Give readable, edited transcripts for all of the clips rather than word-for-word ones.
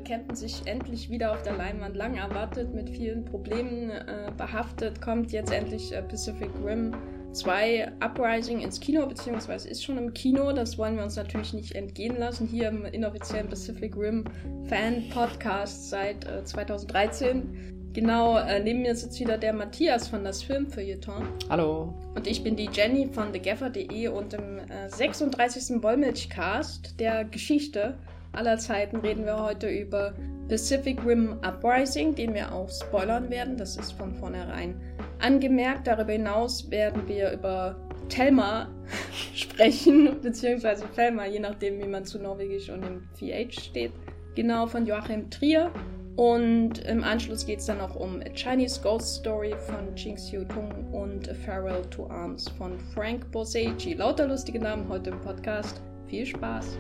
bekämpfen sich endlich wieder auf der Leinwand. Lang erwartet, mit vielen Problemen behaftet, kommt jetzt endlich Pacific Rim 2 Uprising ins Kino, beziehungsweise ist schon im Kino. Das wollen wir uns natürlich nicht entgehen lassen. Hier im inoffiziellen Pacific Rim Fan Podcast seit 2013. Genau, neben mir sitzt wieder der Matthias von das Filmfeuilleton. Hallo. Und ich bin die Jenny von thegaffer.de und im 36. Wollmilchcast der Geschichte aller Zeiten reden wir heute über Pacific Rim Uprising, den wir auch spoilern werden. Das ist von vornherein angemerkt. Darüber hinaus werden wir über Thelma sprechen, beziehungsweise Thelma, je nachdem, wie man zu Norwegisch und im VH steht. Genau, von Joachim Trier. Und im Anschluss geht es dann noch um A Chinese Ghost Story von Ching Siu-tung und A Farewell to Arms von Frank Borsaici. Lauter lustige Namen heute im Podcast. Viel Spaß!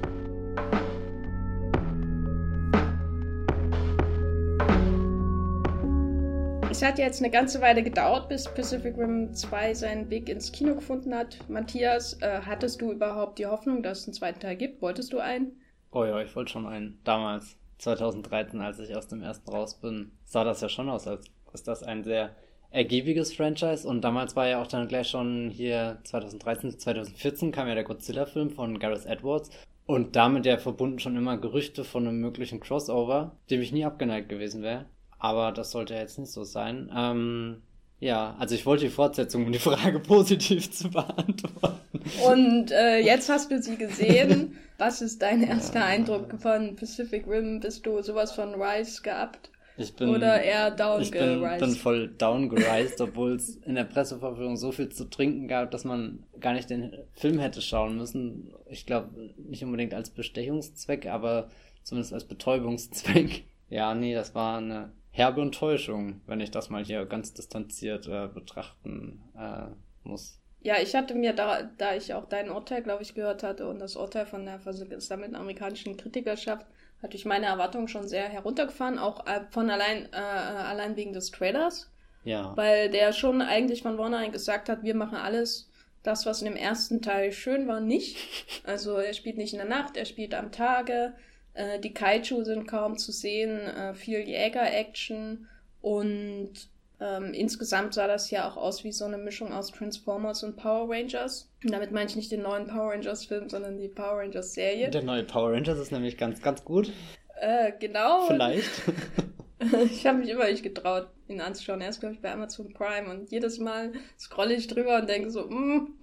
Es hat jetzt eine ganze Weile gedauert, bis Pacific Rim 2 seinen Weg ins Kino gefunden hat. Matthias, hattest du überhaupt die Hoffnung, dass es einen zweiten Teil gibt? Wolltest du einen? Oh ja, ich wollte schon einen. Damals, 2013, als ich aus dem ersten raus bin, sah das ja schon aus, als ist das ein sehr ergiebiges Franchise. Und damals war ja auch dann gleich schon hier 2013, 2014 kam ja der Godzilla-Film von Gareth Edwards. Und damit ja verbunden schon immer Gerüchte von einem möglichen Crossover, dem ich nie abgeneigt gewesen wäre. Aber das sollte jetzt nicht so sein. Ja, also ich wollte die Fortsetzung, um die Frage positiv zu beantworten. Und jetzt hast du sie gesehen. Was ist dein erster Eindruck von Pacific Rim? Bist du sowas von Rise geabt? Oder eher downgerised? Ich bin voll downgerised, obwohl es in der Presseverführung so viel zu trinken gab, dass man gar nicht den Film hätte schauen müssen. Ich glaube, nicht unbedingt als Bestechungszweck, aber zumindest als Betäubungszweck. Ja, nee, das war eine herbe Enttäuschung, wenn ich das mal hier ganz distanziert betrachten muss. Ja, ich hatte mir, da ich auch dein Urteil, glaube ich, gehört hatte und das Urteil von der versammelten amerikanischen Kritikerschaft, hatte ich meine Erwartungen schon sehr heruntergefahren, auch allein wegen des Trailers. Ja. Weil der schon eigentlich von vornherein gesagt hat, wir machen alles, das, was in dem ersten Teil schön war, nicht. Also er spielt nicht in der Nacht, er spielt am Tage. Die Kaiju sind kaum zu sehen, viel Jäger-Action und insgesamt sah das ja auch aus wie so eine Mischung aus Transformers und Power Rangers. Und damit meine ich nicht den neuen Power Rangers-Film, sondern die Power Rangers-Serie. Der neue Power Rangers ist nämlich ganz, ganz gut. Genau. Vielleicht. Ich habe mich immer nicht getraut, ihn anzuschauen. Er ist, glaube ich, bei Amazon Prime und jedes Mal scrolle ich drüber und denke so,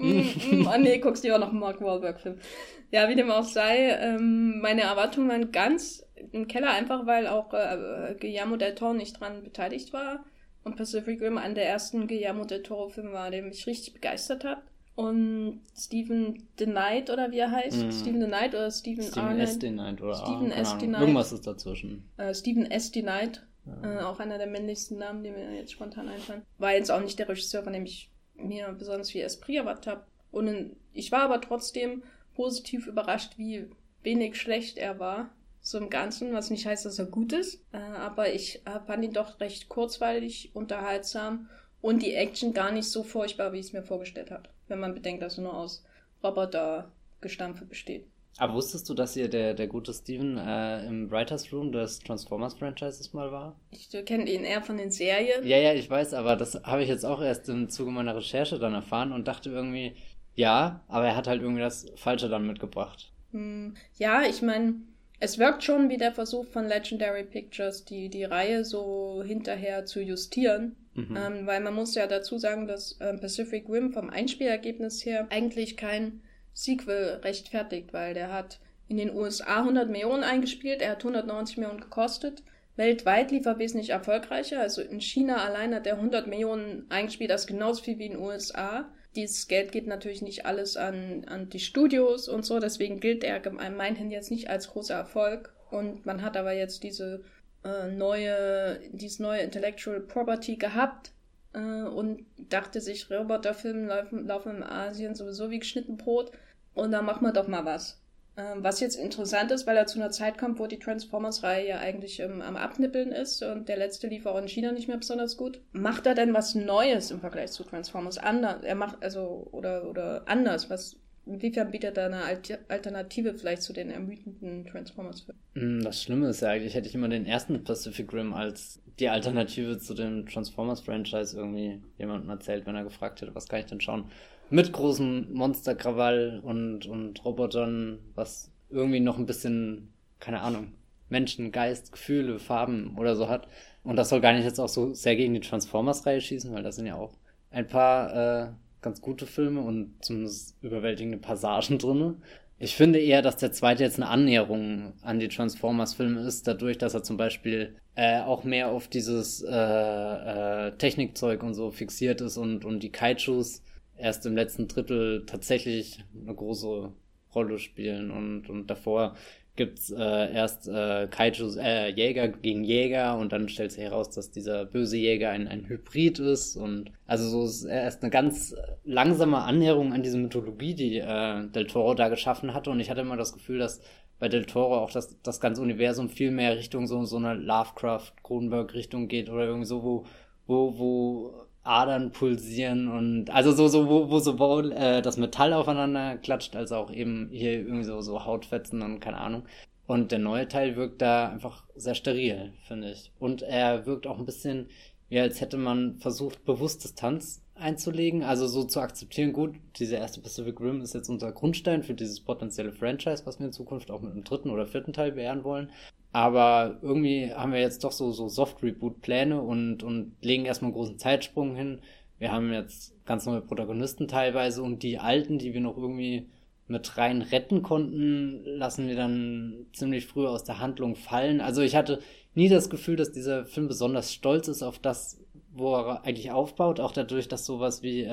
nee, guckst du auch noch einen Mark Wahlberg-Film. Ja, wie dem auch sei, meine Erwartungen waren ganz im Keller, einfach weil auch Guillermo del Toro nicht dran beteiligt war und Pacific Rim einer der ersten Guillermo del Toro-Filme war, der mich richtig begeistert hat. Und Stephen the Knight, oder wie er heißt? Stephen the Knight oder Stephen S. the Knight oder Stephen S. the Knight. Irgendwas ist dazwischen. Stephen S. the Knight, auch einer der männlichsten Namen, die mir jetzt spontan einfallen. War jetzt auch nicht der Regisseur, von dem ich mir besonders viel Esprit erwartet habe. Und ich war aber trotzdem positiv überrascht, wie wenig schlecht er war. So im Ganzen, was nicht heißt, dass er gut ist. Aber ich fand ihn doch recht kurzweilig, unterhaltsam und die Action gar nicht so furchtbar, wie ich es mir vorgestellt habe. Wenn man bedenkt, dass er nur aus Robotergestampfe besteht. Aber wusstest du, dass hier der gute Steven im Writers Room des Transformers-Franchises mal war? Ich kenne ihn eher von den Serien. Ja, ich weiß, aber das habe ich jetzt auch erst im Zuge meiner Recherche dann erfahren und dachte irgendwie, ja, aber er hat halt irgendwie das Falsche dann mitgebracht. Ja, ich meine, es wirkt schon wie der Versuch von Legendary Pictures, die Reihe so hinterher zu justieren. Weil man muss ja dazu sagen, dass Pacific Rim vom Einspielergebnis her eigentlich kein Sequel rechtfertigt, weil der hat in den USA 100 Millionen eingespielt, er hat 190 Millionen gekostet. Weltweit lief er wesentlich erfolgreicher, also in China allein hat er 100 Millionen eingespielt, das ist genauso viel wie in den USA. Dieses Geld geht natürlich nicht alles an die Studios und so, deswegen gilt er gemeinhin jetzt nicht als großer Erfolg. Und man hat aber jetzt dieses neue Intellectual Property gehabt und dachte sich, Roboterfilme laufen in Asien sowieso wie geschnitten Brot und da machen wir doch mal was. Was jetzt interessant ist, weil er zu einer Zeit kommt, wo die Transformers-Reihe ja eigentlich am Abnippeln ist und der letzte lief auch in China nicht mehr besonders gut. Macht er denn was Neues im Vergleich zu Transformers? Anders, er macht oder anders, inwiefern bietet er eine Alternative vielleicht zu den ermüdenden Transformers-Filmen? Das Schlimme ist ja eigentlich, hätte ich immer den ersten Pacific Rim als die Alternative zu dem Transformers-Franchise irgendwie jemandem erzählt, wenn er gefragt hätte, was kann ich denn schauen? Mit großem Monsterkrawall und Robotern, was irgendwie noch ein bisschen, keine Ahnung, Menschen, Geist, Gefühle, Farben oder so hat. Und das soll gar nicht jetzt auch so sehr gegen die Transformers-Reihe schießen, weil das sind ja auch ein paar ganz gute Filme und zumindest überwältigende Passagen drin. Ich finde eher, dass der zweite jetzt eine Annäherung an die Transformers-Filme ist, dadurch, dass er zum Beispiel auch mehr auf dieses Technikzeug und so fixiert ist und die Kaijus erst im letzten Drittel tatsächlich eine große Rolle spielen und davor gibt's erst Kaijus, Jäger gegen Jäger und dann stellt sich heraus, dass dieser böse Jäger ein Hybrid ist und also so ist erst eine ganz langsame Annäherung an diese Mythologie, die Del Toro da geschaffen hatte und ich hatte immer das Gefühl, dass bei Del Toro auch das ganze Universum viel mehr Richtung so eine Lovecraft-Cronenberg-Richtung geht oder irgendwie so, wo Adern pulsieren und also wo sowohl das Metall aufeinander klatscht, als auch eben hier irgendwie so Hautfetzen und keine Ahnung. Und der neue Teil wirkt da einfach sehr steril, finde ich. Und er wirkt auch ein bisschen, wie als hätte man versucht, bewusst Distanz einzulegen, also so zu akzeptieren, gut, dieser erste Pacific Rim ist jetzt unser Grundstein für dieses potenzielle Franchise, was wir in Zukunft auch mit einem 3. oder 4. Teil beehren wollen. Aber irgendwie haben wir jetzt doch so Soft-Reboot-Pläne und legen erstmal einen großen Zeitsprung hin. Wir haben jetzt ganz neue Protagonisten teilweise und die alten, die wir noch irgendwie mit rein retten konnten, lassen wir dann ziemlich früh aus der Handlung fallen. Also ich hatte nie das Gefühl, dass dieser Film besonders stolz ist auf das, wo er eigentlich aufbaut, auch dadurch, dass sowas wie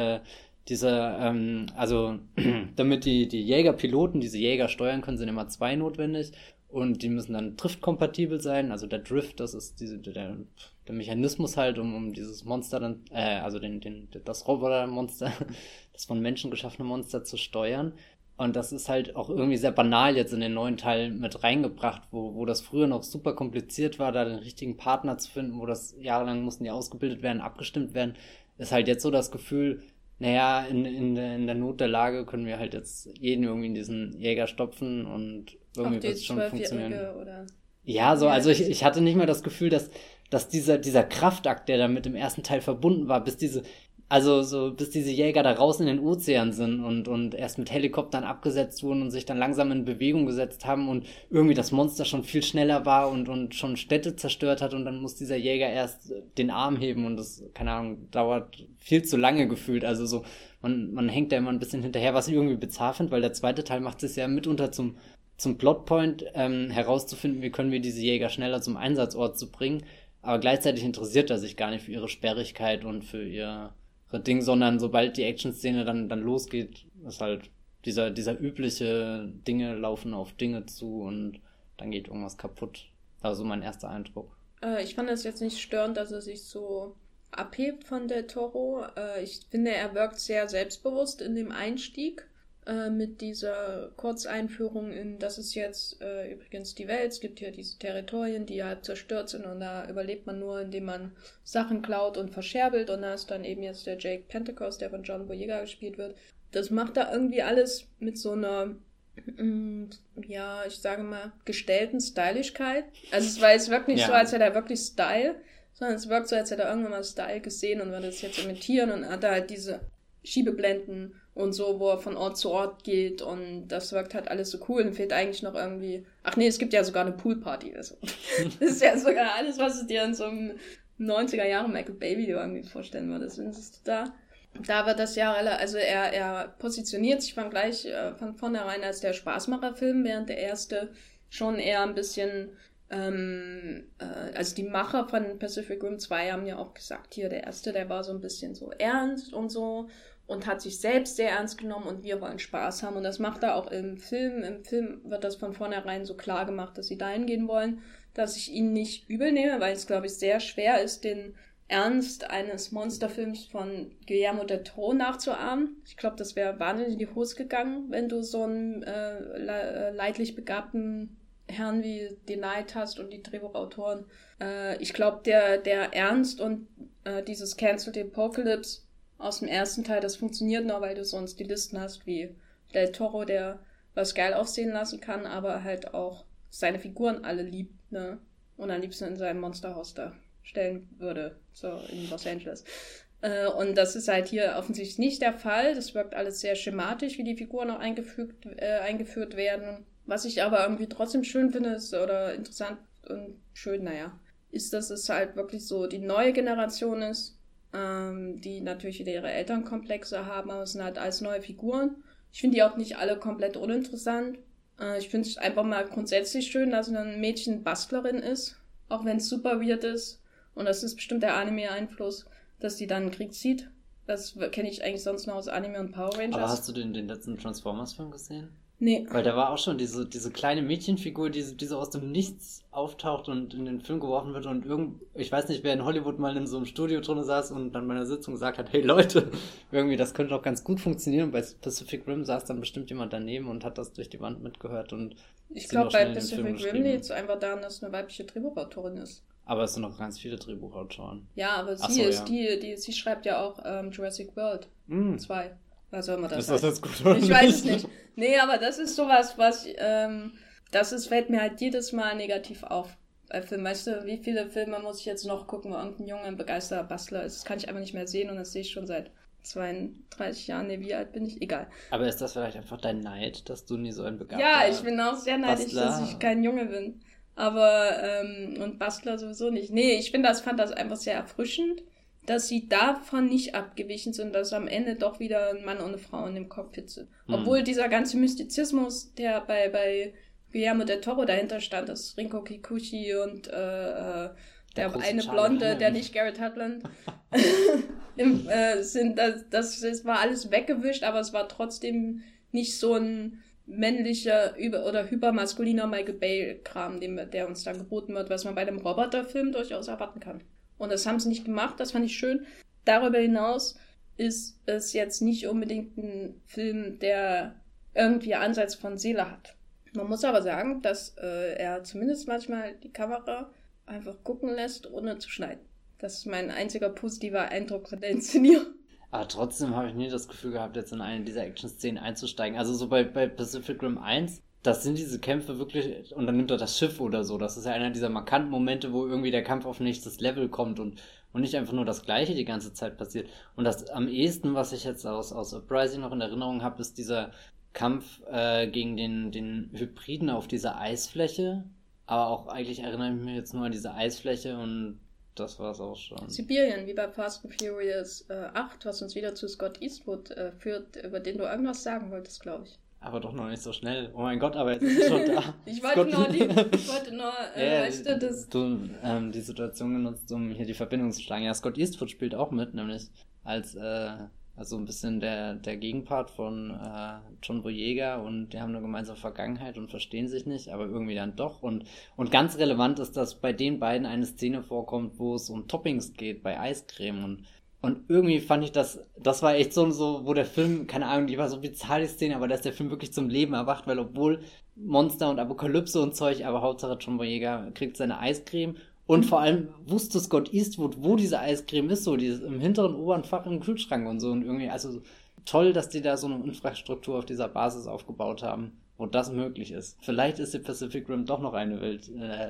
also damit die Jägerpiloten diese Jäger steuern können, sind immer 2 notwendig. Und die müssen dann Drift-kompatibel sein. Also der Drift, das ist der Mechanismus halt, um dieses Monster dann, also das Roboter-Monster, das von Menschen geschaffene Monster zu steuern. Und das ist halt auch irgendwie sehr banal jetzt in den neuen Teil mit reingebracht, wo das früher noch super kompliziert war, da den richtigen Partner zu finden, wo das jahrelang mussten die ausgebildet werden, abgestimmt werden, ist halt jetzt so das Gefühl, naja, in der Not der Lage können wir halt jetzt jeden irgendwie in diesen Jäger stopfen und irgendwie wird es schon funktionieren. Oder? Ja, so, also ich hatte nicht mal das Gefühl, dass dieser Kraftakt, der da mit dem ersten Teil verbunden war, bis diese Jäger da draußen in den Ozean sind und erst mit Helikoptern abgesetzt wurden und sich dann langsam in Bewegung gesetzt haben und irgendwie das Monster schon viel schneller war und schon Städte zerstört hat und dann muss dieser Jäger erst den Arm heben und das, keine Ahnung, dauert viel zu lange gefühlt. Also so, man hängt da immer ein bisschen hinterher, was ich irgendwie bizarr finde, weil der zweite Teil macht es ja mitunter zum Plotpoint, herauszufinden, wie können wir diese Jäger schneller zum Einsatzort zu bringen, aber gleichzeitig interessiert er sich gar nicht für ihre Sperrigkeit und für ihr Ding, sondern sobald die Action-Szene dann losgeht, ist halt dieser übliche Dinge laufen auf Dinge zu und dann geht irgendwas kaputt. Also mein erster Eindruck. Ich fand es jetzt nicht störend, dass er sich so abhebt von Del Toro. Ich finde, er wirkt sehr selbstbewusst in dem Einstieg mit dieser Kurzeinführung in, das ist jetzt übrigens die Welt, es gibt hier diese Territorien, die halb zerstört sind und da überlebt man nur, indem man Sachen klaut und verscherbelt und da ist dann eben jetzt der Jake Pentecost, der von John Boyega gespielt wird. Das macht da irgendwie alles mit so einer, ja, ich sage mal, gestellten Styligkeit. Also es wirkt nicht so, als hätte er wirklich Style, sondern es wirkt so, als hätte er irgendwann mal Style gesehen und würde es jetzt imitieren und hat da halt diese Schiebeblenden und so, wo er von Ort zu Ort geht und das wirkt halt alles so cool und fehlt eigentlich noch irgendwie, ach nee, es gibt ja sogar eine Poolparty, also. Das ist ja sogar alles, was du dir in so einem 90er Jahre Michael Bay Video irgendwie vorstellen würdest. Da wird das ja, also er positioniert sich von vornherein als der Spaßmacherfilm, während der erste schon eher ein bisschen, also die Macher von Pacific Rim 2 haben ja auch gesagt, hier der erste, der war so ein bisschen so ernst und so und hat sich selbst sehr ernst genommen und wir wollen Spaß haben und das macht er auch im Film. Im Film wird das von vornherein so klar gemacht, dass sie dahin gehen wollen, dass ich ihn nicht übel nehme, weil es, glaube ich, sehr schwer ist, den Ernst eines Monsterfilms von Guillermo del Toro nachzuahmen. Ich glaube, das wäre wahnsinnig in die Hose gegangen, wenn du so einen leidlich begabten Herrn wie den Knight hast und die Drehbuchautoren. Ich glaube, der Ernst und dieses Cancelled Apocalypse aus dem ersten Teil, das funktioniert nur, weil du so einen Stilisten hast wie Del Toro, der was geil aussehen lassen kann, aber halt auch seine Figuren alle liebt, ne? Und am liebsten in seinem Monsterhaus da stellen würde, so in Los Angeles. Und das ist halt hier offensichtlich nicht der Fall. Das wirkt alles sehr schematisch, wie die Figuren auch eingeführt werden. Was ich aber irgendwie trotzdem schön finde, ist, oder interessant und schön, ist, dass es halt wirklich so die neue Generation ist, die natürlich wieder ihre Elternkomplexe haben, aber es sind halt alles neue Figuren. Ich finde die auch nicht alle komplett uninteressant. Ich finde es einfach mal grundsätzlich schön, dass ein Mädchen Bastlerin ist, auch wenn es super weird ist. Und das ist bestimmt der Anime-Einfluss, dass die dann einen Krieg zieht. Das kenne ich eigentlich sonst nur aus Anime und Power Rangers. Aber hast du den letzten Transformers-Film gesehen? Nee. Weil da war auch schon diese kleine Mädchenfigur, die so aus dem Nichts auftaucht und in den Film geworfen wird und ich weiß nicht, wer in Hollywood mal in so einem Studio drin saß und dann bei einer Sitzung gesagt hat, hey Leute, irgendwie, das könnte doch ganz gut funktionieren. Und bei Pacific Rim saß dann bestimmt jemand daneben und hat das durch die Wand mitgehört und ich glaube, bei Pacific Rim liegt es einfach daran, dass es eine weibliche Drehbuchautorin ist. Aber es sind noch ganz viele Drehbuchautoren. Ja, aber sie schreibt ja auch Jurassic World 2. Was soll man das heißt? Ist das jetzt gut oder Ich weiß es nicht. Nee, aber das ist sowas, fällt mir halt jedes Mal negativ auf. Bei Filmen, weißt du, wie viele Filme muss ich jetzt noch gucken, wo irgendein Junge ein begeisterter Bastler ist? Das kann ich einfach nicht mehr sehen und das sehe ich schon seit 32 Jahren. Nee, wie alt bin ich? Egal. Aber ist das vielleicht einfach dein Neid, dass du nie so ein begabter Ja, ich bin auch sehr neidisch, dass ich kein Junge bin. Aber, und Bastler sowieso nicht. Nee, ich fand das einfach sehr erfrischend, dass sie davon nicht abgewichen sind, dass am Ende doch wieder ein Mann und eine Frau in dem Cockpit sind. Obwohl dieser ganze Mystizismus, der bei Guillermo del Toro dahinter stand, das Rinko Kikuchi und der eine Blonde, der nicht Garrett Hedlund, das war alles weggewischt, aber es war trotzdem nicht so ein männlicher oder hypermaskuliner Michael Bay-Kram, der uns dann geboten wird, was man bei dem Roboterfilm durchaus erwarten kann. Und das haben sie nicht gemacht, das fand ich schön. Darüber hinaus ist es jetzt nicht unbedingt ein Film, der irgendwie Ansatz von Seele hat. Man muss aber sagen, dass er zumindest manchmal die Kamera einfach gucken lässt, ohne zu schneiden. Das ist mein einziger positiver Eindruck von der Inszenierung. Aber trotzdem habe ich nie das Gefühl gehabt, jetzt in eine dieser Action-Szenen einzusteigen. Also so bei Pacific Rim 1, das sind diese Kämpfe wirklich, und dann nimmt er das Schiff oder so. Das ist ja einer dieser markanten Momente, wo irgendwie der Kampf auf nächstes Level kommt und nicht einfach nur das Gleiche die ganze Zeit passiert. Und das am ehesten, was ich jetzt aus Uprising noch in Erinnerung habe, ist dieser Kampf gegen den Hybriden auf dieser Eisfläche. Aber auch eigentlich erinnere ich mich jetzt nur an diese Eisfläche und das war's auch schon. Sibirien, wie bei Fast and Furious 8, was uns wieder zu Scott Eastwood führt, über den du irgendwas sagen wolltest, glaube ich. Aber doch noch nicht so schnell. Oh mein Gott, aber jetzt ist es schon da. ich wollte nur, weißt du, das... Du die Situation genutzt, um hier die Verbindung zu schlagen. Ja, Scott Eastwood spielt auch mit, nämlich als also ein bisschen der Gegenpart von John Boyega und die haben eine gemeinsame Vergangenheit und verstehen sich nicht, aber irgendwie dann doch. Und ganz relevant ist, dass bei den beiden eine Szene vorkommt, wo es um Toppings geht bei Eiscreme und irgendwie fand ich das war echt so, wo der Film, keine Ahnung, die war so bizarr, die Szene, aber dass der Film wirklich zum Leben erwacht, weil obwohl Monster und Apokalypse und Zeug, aber Hauptsache John Boyega kriegt seine Eiscreme und vor allem wusste Scott Eastwood, wo diese Eiscreme ist, so dieses im hinteren oberen Fach im Kühlschrank und so und irgendwie, also toll, dass die da so eine Infrastruktur auf dieser Basis aufgebaut haben, wo das möglich ist. Vielleicht ist die Pacific Rim doch noch eine Welt,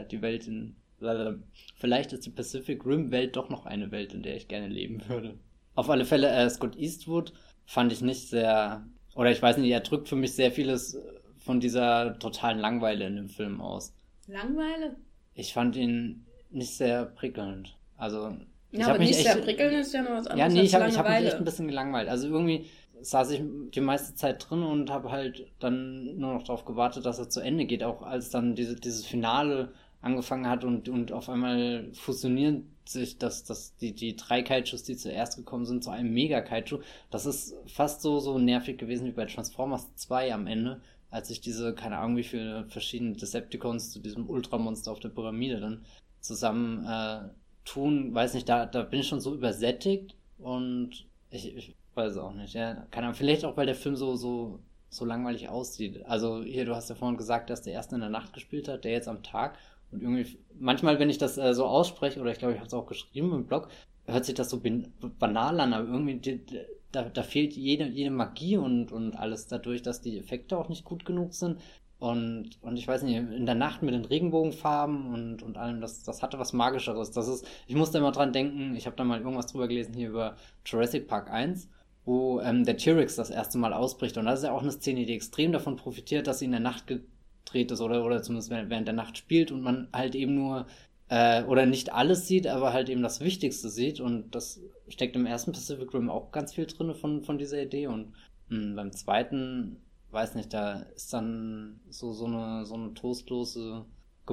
vielleicht ist die Pacific Rim Welt doch noch eine Welt, in der ich gerne leben würde. Auf alle Fälle, Scott Eastwood fand ich nicht sehr, oder ich weiß nicht, er drückt für mich sehr vieles von dieser totalen Langeweile in dem Film aus. Langeweile? Ich fand ihn nicht sehr prickelnd. Also, ja, aber nicht sehr prickelnd ist ja noch was anderes. Ja, nee, ich hab mich echt ein bisschen gelangweilt. Also irgendwie saß ich die meiste Zeit drin und habe halt dann nur noch darauf gewartet, dass er zu Ende geht, auch als dann dieses Finale angefangen hat und auf einmal fusionieren sich die 3 Kaijus, die zuerst gekommen sind, zu einem Mega-Kaiju. Das ist fast so nervig gewesen wie bei Transformers 2 am Ende, als sich diese, keine Ahnung wie viele verschiedene Decepticons zu diesem Ultramonster auf der Pyramide dann zusammen tun. Weiß nicht, da bin ich schon so übersättigt und ich weiß es auch nicht. Ja, keine Ahnung, vielleicht auch, weil der Film so langweilig aussieht. Also hier, du hast ja vorhin gesagt, dass der erst in der Nacht gespielt hat, der jetzt am Tag. Und irgendwie, manchmal, wenn ich das so ausspreche, oder ich glaube, ich habe es auch geschrieben im Blog, hört sich das so banal an, aber irgendwie da fehlt jede Magie und alles dadurch, dass die Effekte auch nicht gut genug sind. Und ich weiß nicht, in der Nacht mit den Regenbogenfarben und allem, das hatte was Magischeres. Ich musste immer dran denken, ich habe da mal irgendwas drüber gelesen hier über Jurassic Park 1, wo der T-Rex das erste Mal ausbricht. Und das ist ja auch eine Szene, die extrem davon profitiert, dass sie in der Nacht gedreht ist oder zumindest während der Nacht spielt und man halt eben nur oder nicht alles sieht, aber halt eben das Wichtigste sieht. Und das steckt im ersten Pacific Rim auch ganz viel drin von dieser Idee. Und beim zweiten, weiß nicht, da ist dann so eine trostlose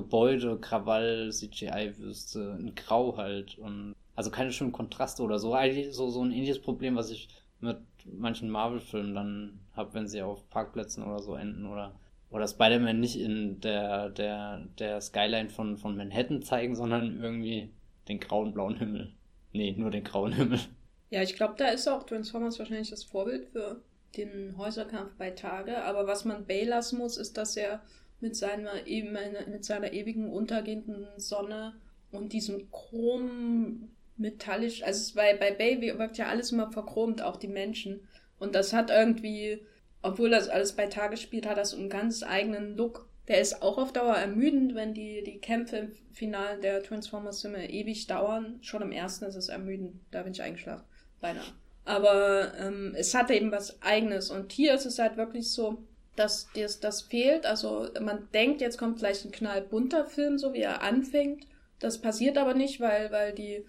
Gebäude-Krawall-CGI-Wüste in Grau halt. Und also keine schönen Kontraste oder so. Eigentlich so ein ähnliches Problem, was ich mit manchen Marvel-Filmen dann habe, wenn sie auf Parkplätzen oder so enden oder Spider-Man nicht in der Skyline von Manhattan zeigen, sondern irgendwie den grauen, blauen Himmel. Nee, nur den grauen Himmel. Ja, ich glaube, da ist auch Transformers wahrscheinlich das Vorbild für den Häuserkampf bei Tage. Aber was man Bay lassen muss, ist, dass er mit seiner ewigen untergehenden Sonne und diesem metallisch, also bei Bay wirkt ja alles immer verchromt, auch die Menschen. Und das hat irgendwie, obwohl das alles bei Tage spielt, hat das einen ganz eigenen Look. Der ist auch auf Dauer ermüdend, wenn die Kämpfe im Finale der Transformers-Filme ewig dauern. Schon im ersten ist es ermüdend, da bin ich eingeschlafen, beinahe. Aber es hat eben was Eigenes. Und hier ist es halt wirklich so, dass das fehlt. Also man denkt, jetzt kommt gleich ein knallbunter Film, so wie er anfängt. Das passiert aber nicht, weil die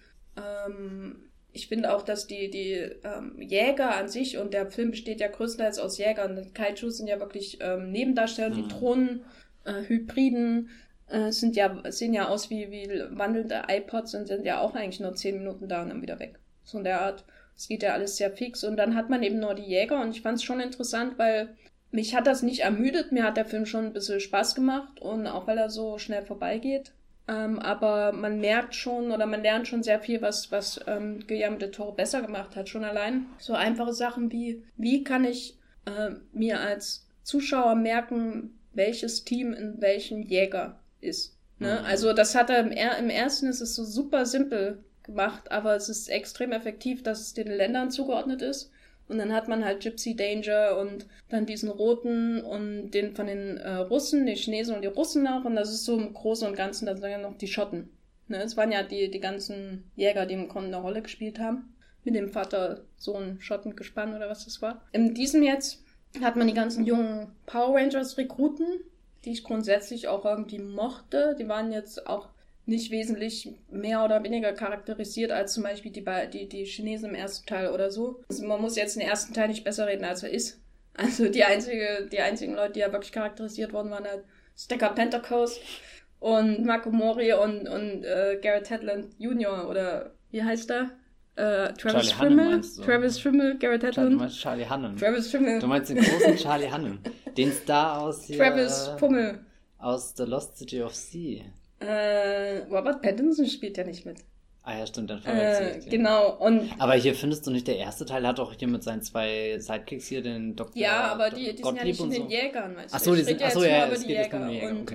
ich finde auch, dass die Jäger an sich, und der Film besteht ja größtenteils aus Jägern. Kaijus sind ja wirklich Nebendarsteller, die Drohnen-Hybriden sehen ja aus wie wandelnde iPods und sind ja auch eigentlich nur 10 Minuten da und dann wieder weg. So in der Art. Es geht ja alles sehr fix. Und dann hat man eben nur die Jäger und ich fand es schon interessant, weil mich hat das nicht ermüdet. Mir hat der Film schon ein bisschen Spaß gemacht und auch weil er so schnell vorbeigeht. Aber man merkt schon oder man lernt schon sehr viel, was Guillermo del Toro besser gemacht hat. Schon allein so einfache Sachen wie kann ich mir als Zuschauer merken, welches Team in welchem Jäger ist. Ne? Mhm. Also das hat er im ersten ist es so super simpel gemacht, aber es ist extrem effektiv, dass es den Ländern zugeordnet ist. Und dann hat man halt Gypsy Danger und dann diesen roten und den von den Russen, die Chinesen und die Russen noch. Und das ist so im Großen und Ganzen, dann sind ja noch die Schotten. Ne? Es waren ja die ganzen Jäger, die im Grunde eine Rolle gespielt haben. Mit dem Vater-Sohn-Schottengespann oder was das war. In diesem jetzt hat man die ganzen jungen Power Rangers-Rekruten, die ich grundsätzlich auch irgendwie mochte. Die waren jetzt auch nicht wesentlich mehr oder weniger charakterisiert als zum Beispiel die Chinesen im ersten Teil oder so. Also man muss jetzt den ersten Teil nicht besser reden, als er ist. Also die einzigen Leute, die ja wirklich charakterisiert worden waren, halt Stacker Pentecost und Marco Mori und Garrett Hedlund Jr. oder wie heißt er? Travis Fimmel, Garrett Hedlund. Du meinst Charlie Hunnam. Travis Fimmel. Du meinst den großen Charlie Hunnam. Den Star aus hier, Travis Fimmel. Aus The Lost City of Sea. Robert Pattinson spielt ja nicht mit. Ah ja, stimmt, dann verwechselt. Genau. Aber hier findest du nicht, der erste Teil hat doch hier mit seinen 2 Sidekicks hier den Dr. Ja, aber die sind ja nicht in den Jägern, weißt du. Achso, die sind über die Jäger.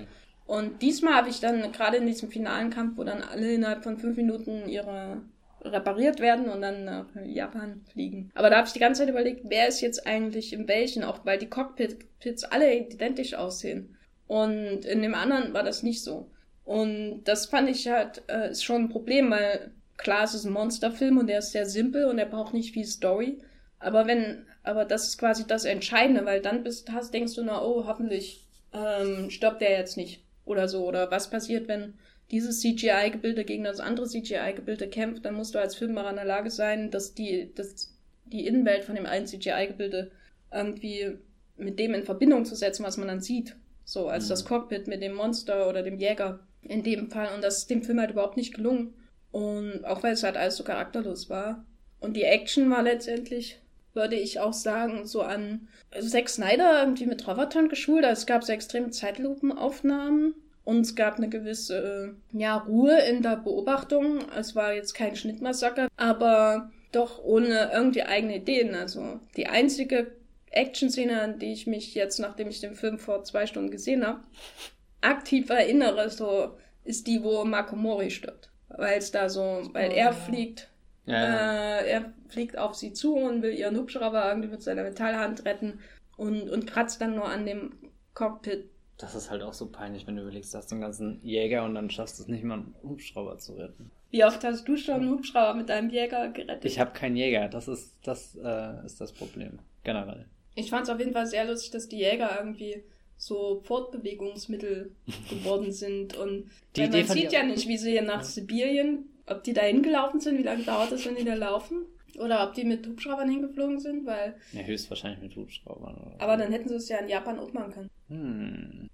Und diesmal habe ich dann gerade in diesem finalen Kampf, wo dann alle innerhalb von 5 Minuten repariert werden und dann nach Japan fliegen. Aber da habe ich die ganze Zeit überlegt, wer ist jetzt eigentlich in welchen, auch weil die Cockpits alle identisch aussehen. Und in dem anderen war das nicht so. Und das fand ich halt, ist schon ein Problem, weil klar, es ist ein Monsterfilm und der ist sehr simpel und er braucht nicht viel Story. Aber das ist quasi das Entscheidende, weil dann denkst du nur, oh, hoffentlich stirbt der jetzt nicht oder so. Oder was passiert, wenn dieses CGI-Gebilde gegen das andere CGI-Gebilde kämpft, dann musst du als Filmemacher in der Lage sein, dass die Innenwelt von dem einen CGI-Gebilde irgendwie mit dem in Verbindung zu setzen, was man dann sieht. So, als das Cockpit mit dem Monster oder dem Jäger in dem Fall. Und das ist dem Film halt überhaupt nicht gelungen. Und auch weil es halt alles so charakterlos war. Und die Action war letztendlich, würde ich auch sagen, so an Zack Snyder irgendwie mit Roboter'n geschult. Also es gab so extreme Zeitlupenaufnahmen. Und es gab eine gewisse Ruhe in der Beobachtung. Es war jetzt kein Schnittmassaker, aber doch ohne irgendwie eigene Ideen. Also die einzige Action-Szene, an die ich mich jetzt, nachdem ich den Film vor 2 Stunden gesehen habe, aktiv erinnere, so ist die, wo Marco Mori stirbt. Weil er fliegt. Ja. Er fliegt auf sie zu und will ihren Hubschrauber irgendwie mit seiner Metallhand retten und kratzt dann nur an dem Cockpit. Das ist halt auch so peinlich, wenn du überlegst, du hast einen ganzen Jäger und dann schaffst du es nicht mal, einen Hubschrauber zu retten. Wie oft hast du schon einen Hubschrauber mit deinem Jäger gerettet? Ich habe keinen Jäger, das ist das Problem, generell. Ich fand es auf jeden Fall sehr lustig, dass die Jäger irgendwie so Fortbewegungsmittel geworden sind. Und man sieht ja nicht, wie sie hier nach Sibirien, ob die da hingelaufen sind, wie lange dauert das, wenn die da laufen? Oder ob die mit Hubschraubern hingeflogen sind, weil... Ja, höchstwahrscheinlich mit Hubschraubern. Oder aber dann hätten sie es ja in Japan auch machen können.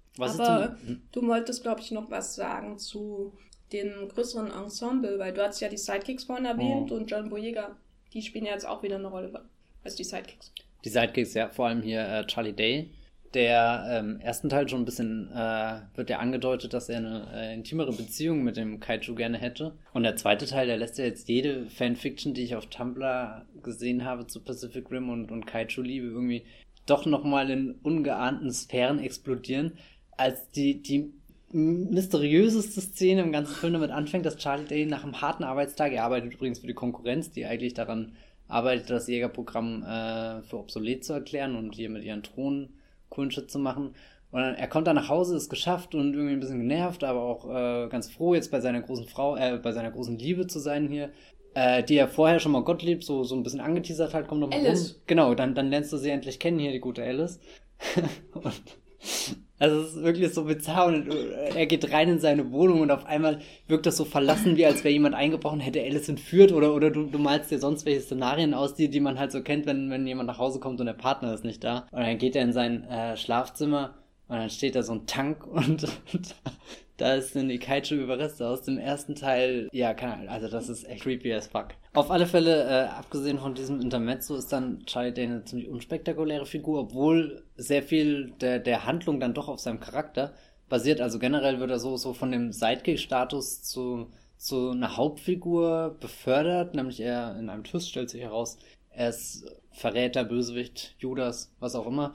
Du wolltest, glaube ich, noch was sagen zu dem größeren Ensemble, weil du hast ja die Sidekicks vorhin erwähnt und John Boyega, die spielen ja jetzt auch wieder eine Rolle als die Sidekicks. Die Sidekicks, ja, vor allem hier Charlie Day. Der im ersten Teil schon ein bisschen wird ja angedeutet, dass er eine intimere Beziehung mit dem Kaiju gerne hätte. Und der zweite Teil, der lässt ja jetzt jede Fanfiction, die ich auf Tumblr gesehen habe zu Pacific Rim und Kaiju-Liebe irgendwie doch nochmal in ungeahnten Sphären explodieren, als die mysteriöseste Szene im ganzen Film damit anfängt, dass Charlie Day nach einem harten Arbeitstag, er arbeitet übrigens für die Konkurrenz, die eigentlich daran arbeitet, das Jägerprogramm für obsolet zu erklären und hier mit ihren Thronen coolen Shit zu machen. Und dann, er kommt dann nach Hause, ist geschafft und irgendwie ein bisschen genervt, aber auch ganz froh, jetzt bei seiner großen bei seiner großen Liebe zu sein hier, die er vorher schon mal Gottlieb so ein bisschen angeteasert hat, kommt noch mal rum. Genau, dann lernst du sie endlich kennen hier, die gute Alice. Und also es ist wirklich so bizarr und er geht rein in seine Wohnung und auf einmal wirkt das so verlassen, wie als wäre jemand eingebrochen, hätte Alice entführt oder du malst dir sonst welche Szenarien aus, die man halt so kennt, wenn jemand nach Hause kommt und der Partner ist nicht da. Und dann geht er in sein Schlafzimmer und dann steht da so ein Tank und da sind die Kaiju-Überreste aus dem ersten Teil. Ja, keine Ahnung, also das ist echt creepy as fuck. Auf alle Fälle, abgesehen von diesem Intermezzo, ist dann Charlie Day eine ziemlich unspektakuläre Figur, obwohl sehr viel der Handlung dann doch auf seinem Charakter basiert. Also generell wird er so von dem Sidekick-Status zu einer Hauptfigur befördert, nämlich er in einem Twist stellt sich heraus, er ist Verräter, Bösewicht, Judas, was auch immer.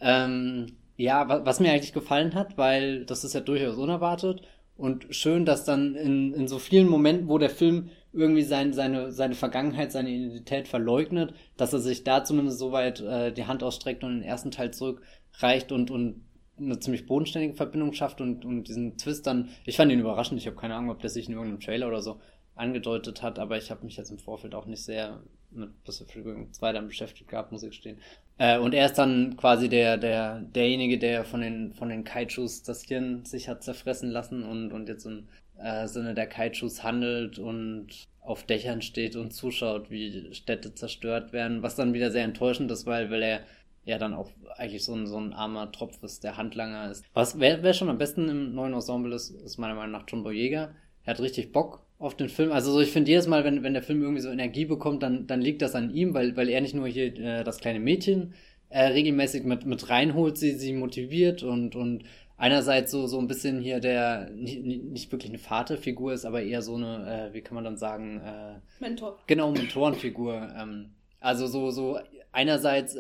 Ja, was mir eigentlich gefallen hat, weil das ist ja durchaus unerwartet und schön, dass dann in so vielen Momenten, wo der Film irgendwie seine Vergangenheit, seine Identität verleugnet, dass er sich da zumindest so weit die Hand ausstreckt und den ersten Teil zurückreicht und eine ziemlich bodenständige Verbindung schafft und diesen Twist dann, ich fand ihn überraschend, ich habe keine Ahnung, ob der sich in irgendeinem Trailer oder so angedeutet hat, aber ich habe mich jetzt im Vorfeld auch nicht sehr mit Pacific Rim 2 dann beschäftigt gehabt, muss ich gestehen. Und er ist dann quasi derjenige, der von den Kaijus das Hirn sich hat zerfressen lassen und jetzt im Sinne der Kaijus handelt und auf Dächern steht und zuschaut, wie Städte zerstört werden, was dann wieder sehr enttäuschend ist, weil er ja dann auch eigentlich so ein armer Tropf ist, der Handlanger ist. Wer schon am besten im neuen Ensemble ist meiner Meinung nach John Boyega. Er hat richtig Bock auf den Film. Also so, ich finde jedes Mal, wenn der Film irgendwie so Energie bekommt, dann liegt das an ihm, weil er nicht nur hier das kleine Mädchen regelmäßig mit reinholt, sie motiviert und einerseits so ein bisschen hier der nicht wirklich eine Vaterfigur ist, aber eher so eine, wie kann man dann sagen, Mentor. Genau, Mentorenfigur. Also so einerseits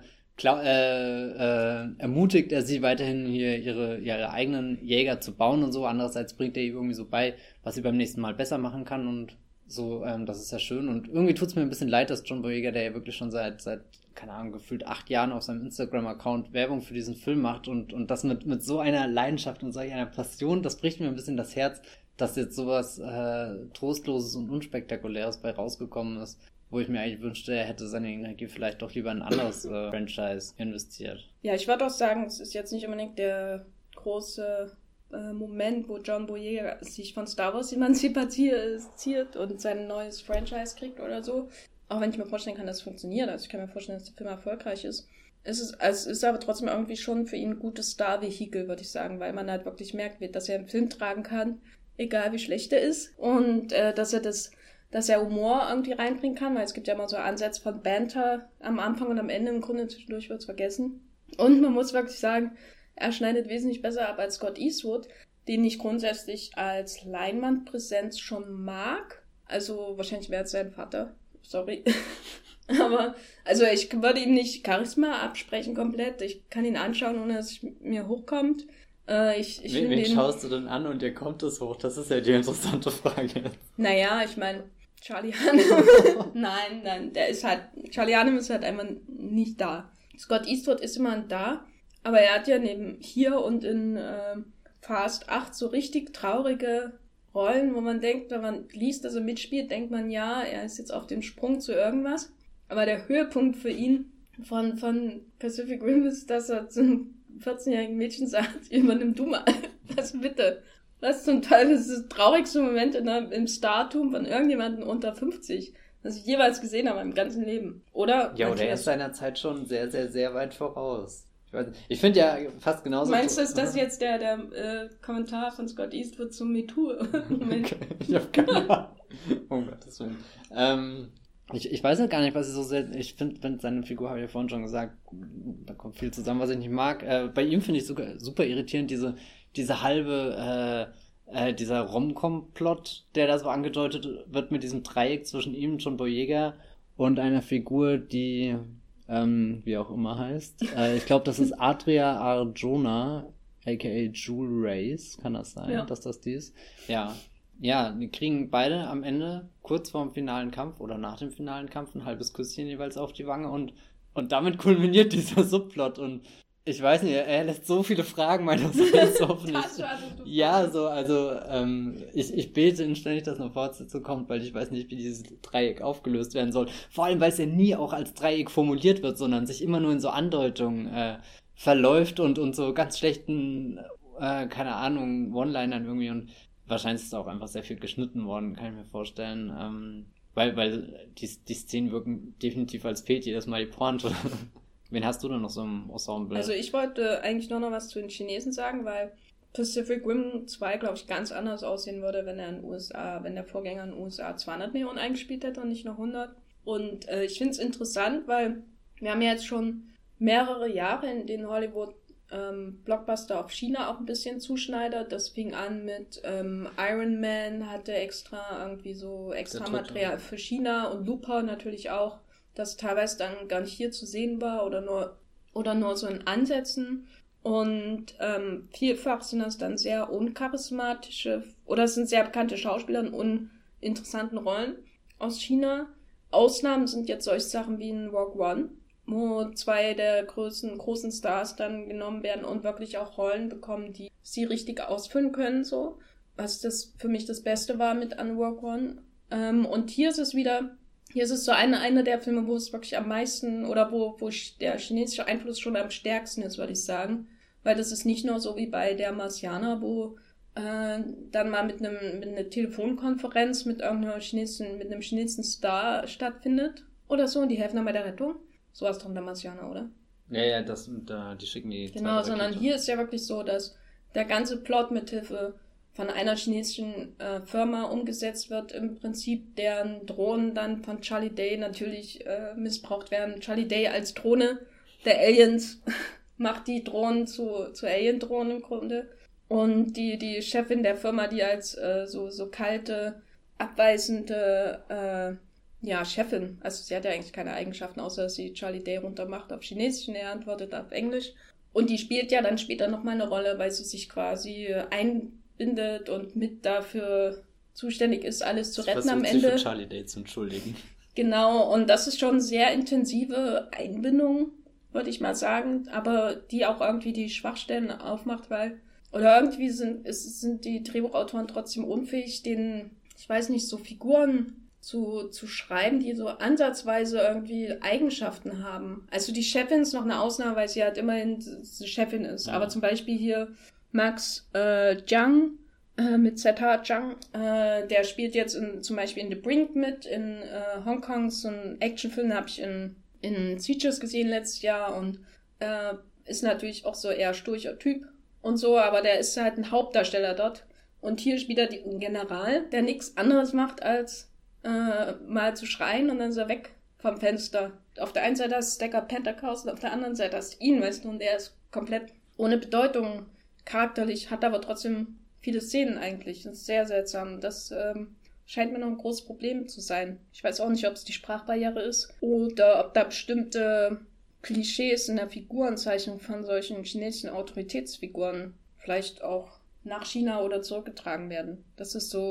ermutigt er sie weiterhin hier ihre eigenen Jäger zu bauen und so, andererseits bringt er ihr irgendwie so bei, was sie beim nächsten Mal besser machen kann und so, das ist ja schön und irgendwie tut's mir ein bisschen leid, dass John Boyega, der ja wirklich schon seit keine Ahnung, gefühlt 8 Jahren auf seinem Instagram-Account Werbung für diesen Film macht und das mit so einer Leidenschaft und solch einer Passion, das bricht mir ein bisschen das Herz, dass jetzt sowas Trostloses und Unspektakuläres bei rausgekommen ist, wo ich mir eigentlich wünschte, er hätte seine Energie vielleicht doch lieber in ein anderes Franchise investiert. Ja, ich würde auch sagen, es ist jetzt nicht unbedingt der große Moment, wo John Boyega sich von Star Wars emanzipiert und sein neues Franchise kriegt oder so. Auch wenn ich mir vorstellen kann, dass es funktioniert. Also ich kann mir vorstellen, dass der Film erfolgreich ist. Es ist aber trotzdem irgendwie schon für ihn ein gutes Star-Vehikel, würde ich sagen, weil man halt wirklich merkt, dass er einen Film tragen kann, egal wie schlecht er ist. Und dass er Humor irgendwie reinbringen kann, weil es gibt ja immer so Ansätze von Banter am Anfang und am Ende, im Grunde zwischendurch wird es vergessen. Und man muss wirklich sagen, er schneidet wesentlich besser ab als Scott Eastwood, den ich grundsätzlich als Leinwandpräsenz schon mag. Also wahrscheinlich wäre es sein Vater. Sorry. Aber, also ich würde ihm nicht Charisma absprechen komplett. Ich kann ihn anschauen, ohne dass es mir hochkommt. Wen schaust du denn an und dir kommt es hoch? Das ist ja die interessante Frage. Naja, ich meine, Charlie Hunnam. Nein, Charlie Hunnam ist halt einfach nicht da. Scott Eastwood ist immer da, aber er hat ja neben hier und in Fast 8 so richtig traurige Rollen, wo man denkt, wenn man liest, dass er mitspielt, denkt man, ja, er ist jetzt auf dem Sprung zu irgendwas. Aber der Höhepunkt für ihn von Pacific Rim ist, dass er zum 14-jährigen Mädchen sagt, übernimm du mal. Das bitte. Das ist zum Teil das traurigste Moment im Startum von irgendjemandem unter 50, das ich jeweils gesehen habe im ganzen Leben. Oder? Ja, oder er ist seiner Zeit schon sehr, sehr, sehr weit voraus. Ich finde ja fast genauso... Meinst du, ist das jetzt der Kommentar von Scott Eastwood zum MeToo-Moment? Okay. Ich hab keine Ahnung. Oh Gottes Willen. Ich weiß ja gar nicht, was ich so sehr... Ich finde, seine Figur, habe ich ja vorhin schon gesagt, da kommt viel zusammen, was ich nicht mag. Bei ihm finde ich sogar super irritierend, diese halbe... dieser Rom-Com-Plot, der da so angedeutet wird mit diesem Dreieck zwischen ihm, John Boyega, und einer Figur, die... wie auch immer heißt. Ich glaube, das ist Adria Arjona, aka Jewel Race, kann das sein, ja, dass das die ist? Ja. Ja, die kriegen beide am Ende, kurz vorm finalen Kampf oder nach dem finalen Kampf, ein halbes Küsschen jeweils auf die Wange und damit kulminiert dieser Subplot und ich weiß nicht, er lässt so viele Fragen meinerseits offen. Ja, so, also ich bete inständig, dass eine Fortsetzung kommt, weil ich weiß nicht, wie dieses Dreieck aufgelöst werden soll. Vor allem, weil es ja nie auch als Dreieck formuliert wird, sondern sich immer nur in so Andeutungen verläuft und so ganz schlechten, keine Ahnung, One-Linern irgendwie und wahrscheinlich ist auch einfach sehr viel geschnitten worden, kann ich mir vorstellen. Weil die Szenen wirken definitiv, als fehlt jedes Mal die Pointe. Wen hast du denn noch so im Ensemble? Also ich wollte eigentlich nur noch was zu den Chinesen sagen, weil Pacific Rim 2, glaube ich, ganz anders aussehen würde, wenn der Vorgänger in den USA 200 Millionen eingespielt hätte und nicht nur 100. Und ich finde es interessant, weil wir haben ja jetzt schon mehrere Jahre, in denen Hollywood Blockbuster auf China auch ein bisschen zuschneidert. Das fing an mit Iron Man, hatte extra Material für China und Looper natürlich auch, das teilweise dann gar nicht hier zu sehen war oder nur so in Ansätzen. Und vielfach sind das dann sehr uncharismatische oder es sind sehr bekannte Schauspieler in uninteressanten Rollen aus China. Ausnahmen sind jetzt solche Sachen wie in Rogue One, wo 2 der großen Stars dann genommen werden und wirklich auch Rollen bekommen, die sie richtig ausfüllen können, so. Was das für mich das Beste war mit an Rogue One. Und hier ist es so einer der Filme, wo es wirklich am meisten oder wo der chinesische Einfluss schon am stärksten ist, würde ich sagen. Weil das ist nicht nur so wie bei Der Marsianer, wo dann mal mit einer Telefonkonferenz mit einem chinesischen Star stattfindet oder so und die helfen dann bei der Rettung. So was drum Der Marsianer, oder? Ja, die schicken die... Genau, sondern hier ist ja wirklich so, dass der ganze Plot mithilfe von einer chinesischen Firma umgesetzt wird, im Prinzip deren Drohnen dann von Charlie Day natürlich missbraucht werden. Charlie Day als Drohne der Aliens macht die Drohnen zu Alien-Drohnen im Grunde. Und die Chefin der Firma, die als so kalte, abweisende Chefin, also sie hat ja eigentlich keine Eigenschaften, außer dass sie Charlie Day runtermacht auf Chinesisch und er antwortet auf Englisch. Und die spielt ja dann später nochmal eine Rolle, weil sie sich quasi einbindet und mit dafür zuständig ist, alles zu retten am Ende. Sich für Charlie Day zu entschuldigen. Genau, und das ist schon sehr intensive Einbindung, würde ich mal sagen, aber die auch irgendwie die Schwachstellen aufmacht, oder irgendwie sind die Drehbuchautoren trotzdem unfähig, ich weiß nicht, so Figuren zu schreiben, die so ansatzweise irgendwie Eigenschaften haben. Also die Chefin ist noch eine Ausnahme, weil sie halt immerhin die Chefin ist. Ja. Aber zum Beispiel hier Max Zhang mit ZH Zhang, der spielt jetzt zum Beispiel in The Brink mit, in Hongkong, so ein Actionfilm, den habe ich in Sieges gesehen letztes Jahr und ist natürlich auch so eher sturcher Typ und so, aber der ist halt ein Hauptdarsteller dort. Und hier spielt er einen General, der nichts anderes macht, als mal zu schreien und dann ist er weg vom Fenster. Auf der einen Seite hast du Deckard Pentecost und auf der anderen Seite hast du ihn, weißt du, und der ist komplett ohne Bedeutung charakterlich, hat aber trotzdem viele Szenen eigentlich. Das ist sehr seltsam. Das scheint mir noch ein großes Problem zu sein. Ich weiß auch nicht, ob es die Sprachbarriere ist oder ob da bestimmte Klischees in der Figurenzeichnung von solchen chinesischen Autoritätsfiguren vielleicht auch nach China oder zurückgetragen werden. Das ist so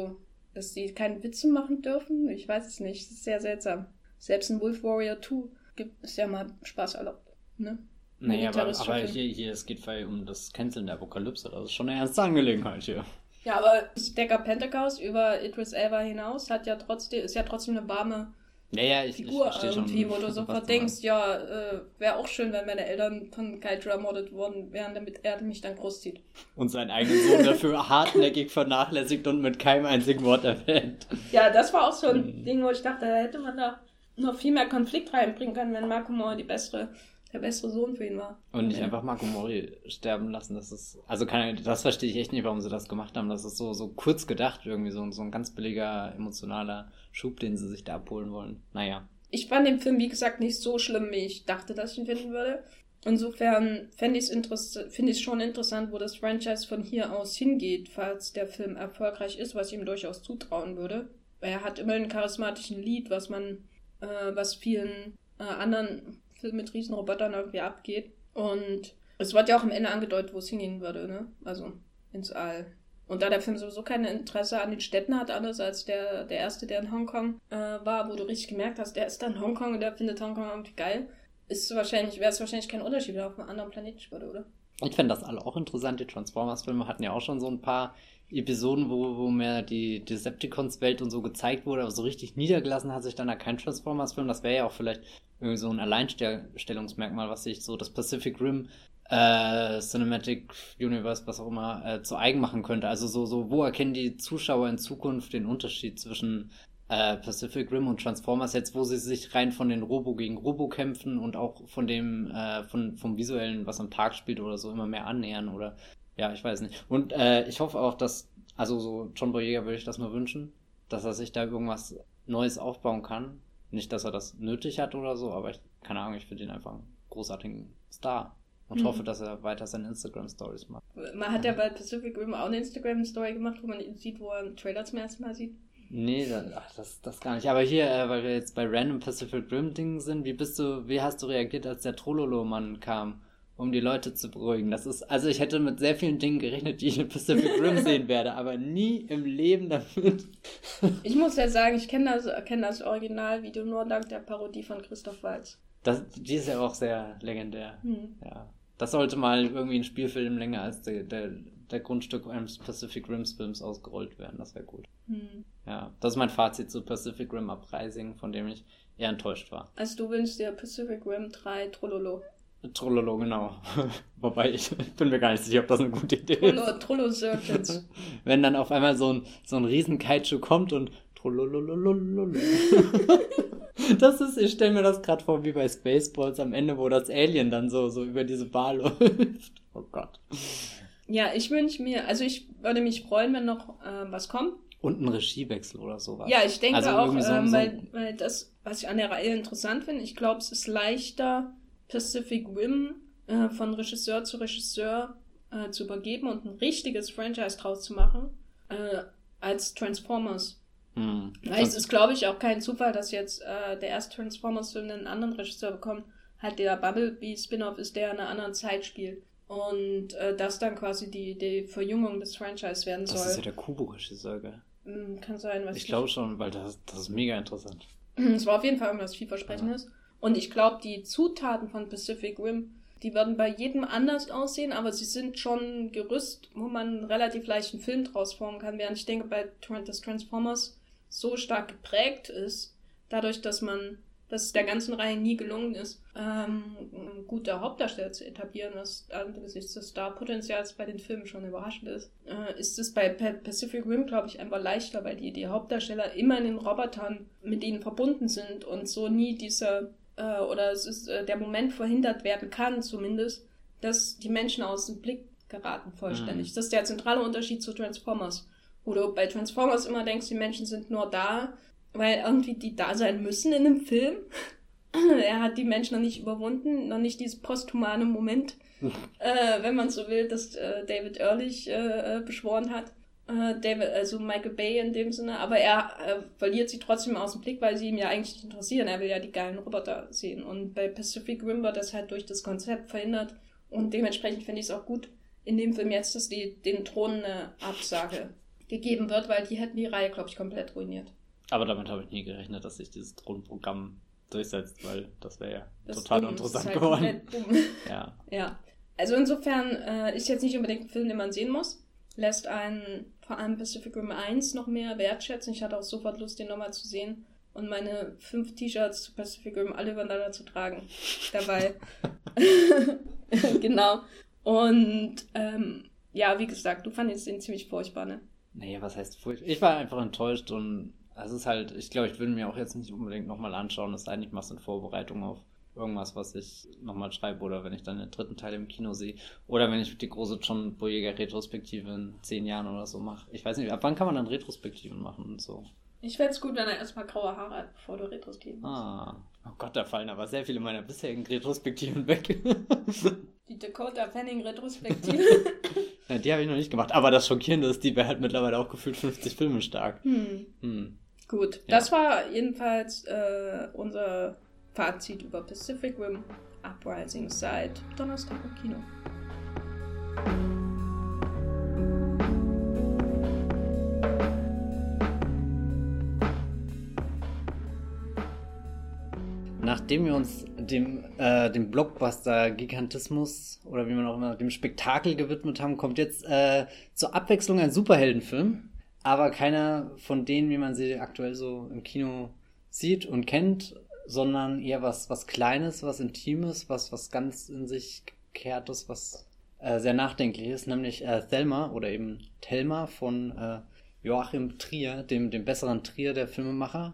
dass die keine Witze machen dürfen. Ich weiß es nicht. Das ist sehr seltsam. Selbst in Wolf Warrior 2 ist ja mal Spaß erlaubt. Ne? Naja, aber hier, es geht um das Canceln der Apokalypse. Das ist schon eine ernste Angelegenheit hier. Ja, aber Decker Pentecost über Idris Elba hinaus ist ja trotzdem eine warme Figur ich irgendwie, schon, wo du sofort denkst, wäre auch schön, wenn meine Eltern von Kaiju ermordet worden wären, damit er mich dann großzieht. Und seinen eigenen Sohn dafür hartnäckig vernachlässigt und mit keinem einzigen Wort erwähnt. Ja, das war auch so ein Ding, wo ich dachte, da hätte man da noch viel mehr Konflikt reinbringen können, wenn Marco Mori der bessere Sohn für ihn war. Und nicht einfach Marco Mori sterben lassen. Das verstehe ich echt nicht, warum sie das gemacht haben. Das ist so kurz gedacht irgendwie, so ein ganz billiger, emotionaler Schub, den sie sich da abholen wollen. Naja. Ich fand den Film, wie gesagt, nicht so schlimm, wie ich dachte, dass ich ihn finden würde. Insofern finde ich es schon interessant, wo das Franchise von hier aus hingeht, falls der Film erfolgreich ist, was ich ihm durchaus zutrauen würde. Weil er hat immer einen charismatischen Lead, was vielen anderen Filmen mit Riesenrobotern irgendwie abgeht. Und es wird ja auch am Ende angedeutet, wo es hingehen würde, ne? Also ins All. Und da der Film sowieso kein Interesse an den Städten hat, anders als der erste, der in Hongkong war, wo du richtig gemerkt hast, der ist dann in Hongkong und der findet Hongkong irgendwie geil, wäre es wahrscheinlich kein Unterschied, wenn er auf einem anderen Planeten spielt, oder? Ich fände das alle auch interessant. Die Transformers-Filme hatten ja auch schon so ein paar Episoden, wo mehr die Decepticons-Welt und so gezeigt wurde, aber so richtig niedergelassen hat sich dann da kein Transformers-Film. Das wäre ja auch vielleicht irgendwie so ein Alleinstellungsmerkmal, was sich so das Pacific Rim Cinematic Universe, was auch immer, zu eigen machen könnte. Also so, wo erkennen die Zuschauer in Zukunft den Unterschied zwischen Pacific Rim und Transformers jetzt, wo sie sich rein von den Robo gegen Robo kämpfen und auch von dem vom Visuellen, was am Tag spielt oder so, immer mehr annähern oder ja, ich weiß nicht. Und ich hoffe auch, dass, also so John Boyega würde ich das nur wünschen, dass er sich da irgendwas Neues aufbauen kann. Nicht, dass er das nötig hat oder so, aber keine Ahnung, ich finde ihn einfach einen großartigen Star. Und hoffe, dass er weiter seine Instagram-Stories macht. Man hat ja bei Pacific Rim auch eine Instagram-Story gemacht, wo man ihn sieht, wo er einen Trailer zum ersten Mal sieht. Nee, das gar nicht. Aber hier, weil wir jetzt bei Random Pacific Rim-Dingen sind, wie hast du reagiert, als der Trololo-Mann kam, um die Leute zu beruhigen? Ich hätte mit sehr vielen Dingen gerechnet, die ich in Pacific Rim sehen werde, aber nie im Leben damit. Ich muss ja sagen, ich kenne das Originalvideo nur dank der Parodie von Christoph Waltz. Die ist ja auch sehr legendär. Ja. Das sollte mal irgendwie ein Spielfilm länger als der Grundstück eines Pacific Rim Films ausgerollt werden. Das wäre gut. Ja, das ist mein Fazit zu Pacific Rim Uprising, von dem ich eher enttäuscht war. Also du wünschst dir Pacific Rim 3 Trollolo. Trollolo, genau. Wobei, ich bin mir gar nicht sicher, ob das eine gute Idee ist. Trollo-Circuits. Wenn dann auf einmal so ein riesen Kaiju kommt und Trollolololololo. Ich stelle mir das gerade vor wie bei Spaceballs am Ende, wo das Alien dann so über diese Bar läuft. Oh Gott. Ja, ich würde mich freuen, wenn noch was kommt. Und ein Regiewechsel oder sowas. Ja, ich denke also auch, weil das, was ich an der Reihe interessant finde, ich glaube, es ist leichter, Pacific Rim von Regisseur zu Regisseur zu übergeben und ein richtiges Franchise draus zu machen, als Transformers. Es ist, glaube ich, auch kein Zufall, dass jetzt der erste Transformers-Film einen anderen Regisseur bekommt. Halt der Bumblebee-Spin-Off ist, der in einer anderen Zeit spielt. Und das dann quasi die Verjüngung des Franchise werden soll. Das ist ja der Kubo-Regisseur, gell? Kann sein, ich glaube schon, weil das ist mega interessant. Es war auf jeden Fall irgendwas vielversprechendes. Ja. Und ich glaube, die Zutaten von Pacific Rim, die werden bei jedem anders aussehen, aber sie sind schon ein Gerüst, wo man einen relativ leichten Film draus formen kann. Während ich denke, bei das Transformers so stark geprägt ist, dadurch, dass es der ganzen Reihe nie gelungen ist, einen guten Hauptdarsteller zu etablieren, was angesichts des Starpotenzials bei den Filmen schon überraschend ist, ist es bei Pacific Rim, glaube ich, einfach leichter, weil die Hauptdarsteller immer in den Robotern mit ihnen verbunden sind und so nie der Moment verhindert werden kann, zumindest, dass die Menschen aus dem Blick geraten vollständig. Das ist der zentrale Unterschied zu Transformers. Wo du bei Transformers immer denkst, die Menschen sind nur da, weil irgendwie die da sein müssen in einem Film. Er hat die Menschen noch nicht überwunden, noch nicht dieses posthumane Moment, wenn man so will, das David Ehrlich beschworen hat. Also Michael Bay in dem Sinne, aber er verliert sie trotzdem aus dem Blick, weil sie ihm ja eigentlich nicht interessieren. Er will ja die geilen Roboter sehen. Und bei Pacific Rim wird das halt durch das Konzept verhindert. Und dementsprechend finde ich es auch gut in dem Film jetzt, dass die den Thron eine Absage gegeben wird, weil die hätten die Reihe, glaube ich, komplett ruiniert. Aber damit habe ich nie gerechnet, dass sich dieses Grundprogramm durchsetzt, weil das wäre ja total interessant halt geworden. Ja. Ja. Also insofern ist jetzt nicht unbedingt ein Film, den man sehen muss. Lässt einen vor allem Pacific Rim 1 noch mehr wertschätzen. Ich hatte auch sofort Lust, den nochmal zu sehen und meine 5 T-Shirts zu Pacific Rim alle übereinander zu tragen. Dabei. Genau. Und ja, wie gesagt, du fandest den ziemlich furchtbar, ne? Nee, was heißt furchtbar? Ich war einfach enttäuscht und es ist halt, ich glaube, ich würde mir auch jetzt nicht unbedingt nochmal anschauen, es sei denn, ich mache es in Vorbereitung auf irgendwas, was ich nochmal schreibe oder wenn ich dann den 3. Teil im Kino sehe oder wenn ich die große John Boyega-Retrospektive in 10 Jahren oder so mache. Ich weiß nicht, ab wann kann man dann Retrospektiven machen und so? Ich fände es gut, wenn er erstmal graue Haare hat, bevor du Retrospektiven machst. Oh Gott, da fallen aber sehr viele meiner bisherigen Retrospektiven weg. Die Dakota Fanning-Retrospektive. Ja, die habe ich noch nicht gemacht, aber das Schockierende ist, die wäre halt mittlerweile auch gefühlt 50 Filme stark. Gut, Ja. das war jedenfalls unser Fazit über Pacific Rim Uprising seit Donnerstag im Kino. Nachdem wir uns dem Blockbuster-Gigantismus oder wie man auch immer, dem Spektakel gewidmet haben, kommt jetzt zur Abwechslung ein Superheldenfilm, aber keiner von denen, wie man sie aktuell so im Kino sieht und kennt, sondern eher was Kleines, was Intimes, was ganz in sich gekehrtes, was sehr nachdenklich ist, nämlich Thelma oder eben Thelma von Joachim Trier, dem besseren Trier der Filmemacher.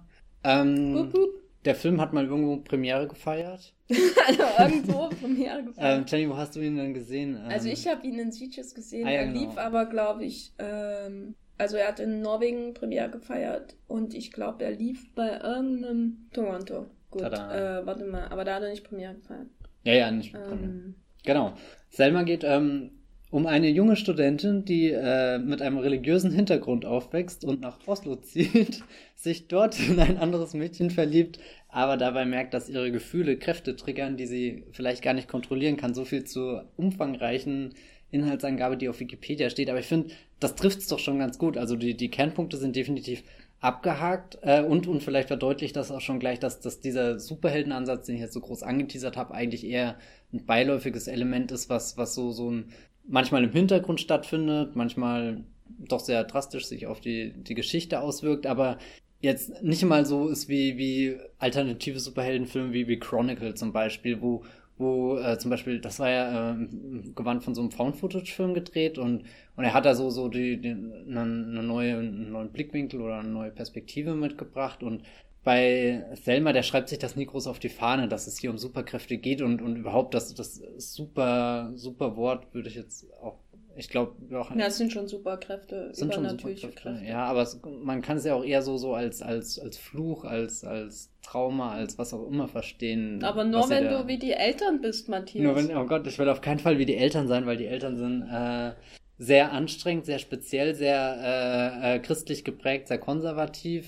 Der Film hat mal irgendwo Premiere gefeiert. Irgendwo Premiere gefeiert. Jenny, wo hast du ihn denn gesehen? Also ich habe ihn in Sitges gesehen, ja, er genau. lief aber, glaube ich, also er hat in Norwegen Premiere gefeiert und ich glaube, er lief bei irgendeinem Toronto. Gut, warte mal, aber da hat er nicht Premiere gefeiert. Ja, nicht Premiere. Genau. Selma geht um eine junge Studentin, die mit einem religiösen Hintergrund aufwächst und nach Oslo zieht, sich dort in ein anderes Mädchen verliebt, aber dabei merkt, dass ihre Gefühle Kräfte triggern, die sie vielleicht gar nicht kontrollieren kann. So viel zur umfangreichen Inhaltsangabe, die auf Wikipedia steht. Aber ich finde, das trifft es doch schon ganz gut. Also die Kernpunkte sind definitiv abgehakt und vielleicht verdeutlicht das auch schon gleich, dass dieser Superheldenansatz, den ich jetzt so groß angeteasert habe, eigentlich eher ein beiläufiges Element ist, was so ein manchmal im Hintergrund stattfindet, manchmal doch sehr drastisch sich auf die Geschichte auswirkt, aber jetzt nicht mal so ist wie alternative Superheldenfilme wie Chronicle zum Beispiel, wo zum Beispiel, das war ja im Gewand von so einem Found-Footage-Film gedreht und er hat da so einen neuen Blickwinkel oder eine neue Perspektive mitgebracht und bei Thelma, der schreibt sich das nie groß auf die Fahne, dass es hier um Superkräfte geht und überhaupt das super Wort würde ich jetzt auch, ich glaube auch. Ja, es sind schon Superkräfte, übernatürliche Kräfte. Ja, aber man kann es ja auch eher so als Fluch, als Trauma, als was auch immer verstehen. Aber nur wenn du wie die Eltern bist, Matthias. Nur wenn, oh Gott, ich will auf keinen Fall wie die Eltern sein, weil die Eltern sind sehr anstrengend, sehr speziell, sehr christlich geprägt, sehr konservativ,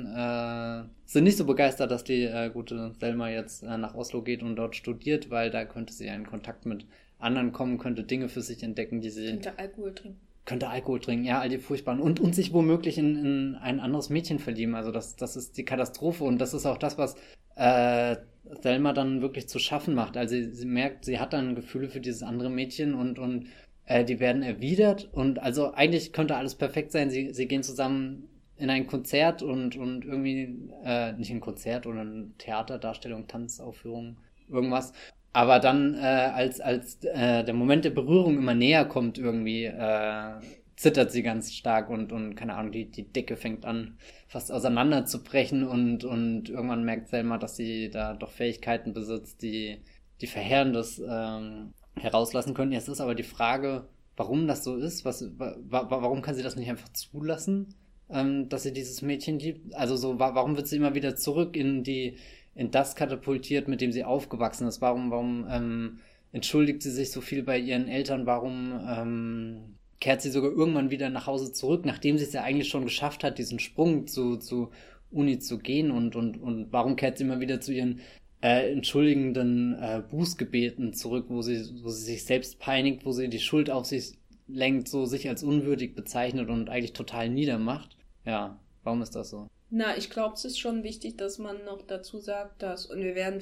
sind nicht so begeistert, dass die gute Thelma jetzt nach Oslo geht und dort studiert, weil da könnte sie in Kontakt mit anderen kommen, könnte Dinge für sich entdecken, die sie... Könnte Alkohol trinken, ja, all die furchtbaren. Und sich womöglich in ein anderes Mädchen verlieben. Also das ist die Katastrophe und das ist auch das, was Thelma dann wirklich zu schaffen macht. Also sie merkt, sie hat dann Gefühle für dieses andere Mädchen und die werden erwidert und also eigentlich könnte alles perfekt sein. Sie gehen zusammen in ein Konzert und irgendwie, nicht ein Konzert oder eine Theaterdarstellung, Tanzaufführung, irgendwas. Aber dann, als der Moment der Berührung immer näher kommt, irgendwie zittert sie ganz stark und keine Ahnung, die Decke fängt an, fast auseinanderzubrechen und irgendwann merkt Selma, dass sie da doch Fähigkeiten besitzt, die Verheerendes herauslassen können. Jetzt ist aber die Frage, warum das so ist, warum kann sie das nicht einfach zulassen, dass sie dieses Mädchen liebt? Also so, warum wird sie immer wieder zurück in das katapultiert, mit dem sie aufgewachsen ist? Warum entschuldigt sie sich so viel bei ihren Eltern? Warum kehrt sie sogar irgendwann wieder nach Hause zurück, nachdem sie es ja eigentlich schon geschafft hat, diesen Sprung zu Uni zu gehen? Und warum kehrt sie immer wieder zu ihren entschuldigenden Bußgebeten zurück, wo sie sich selbst peinigt, wo sie die Schuld auf sich ablenkt, so sich als unwürdig bezeichnet und eigentlich total niedermacht. Ja, warum ist das so? Na, ich glaube, es ist schon wichtig, dass man noch dazu sagt, dass, und wir werden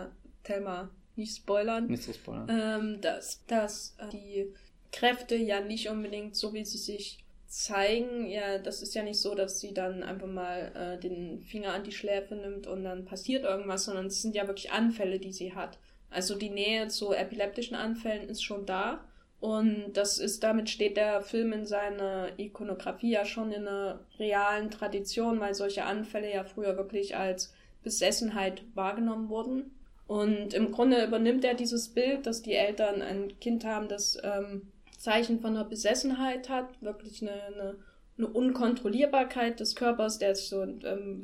Thelma nicht spoilern, Nicht so spoilern. dass die Kräfte ja nicht unbedingt so, wie sie sich zeigen, ja, das ist ja nicht so, dass sie dann einfach mal den Finger an die Schläfe nimmt und dann passiert irgendwas, sondern es sind ja wirklich Anfälle, die sie hat. Also die Nähe zu epileptischen Anfällen ist schon da und damit steht der Film in seiner Ikonografie ja schon in einer realen Tradition, weil solche Anfälle ja früher wirklich als Besessenheit wahrgenommen wurden. Und im Grunde übernimmt er dieses Bild, dass die Eltern ein Kind haben, das Zeichen von einer Besessenheit hat, wirklich eine Unkontrollierbarkeit des Körpers, der sich so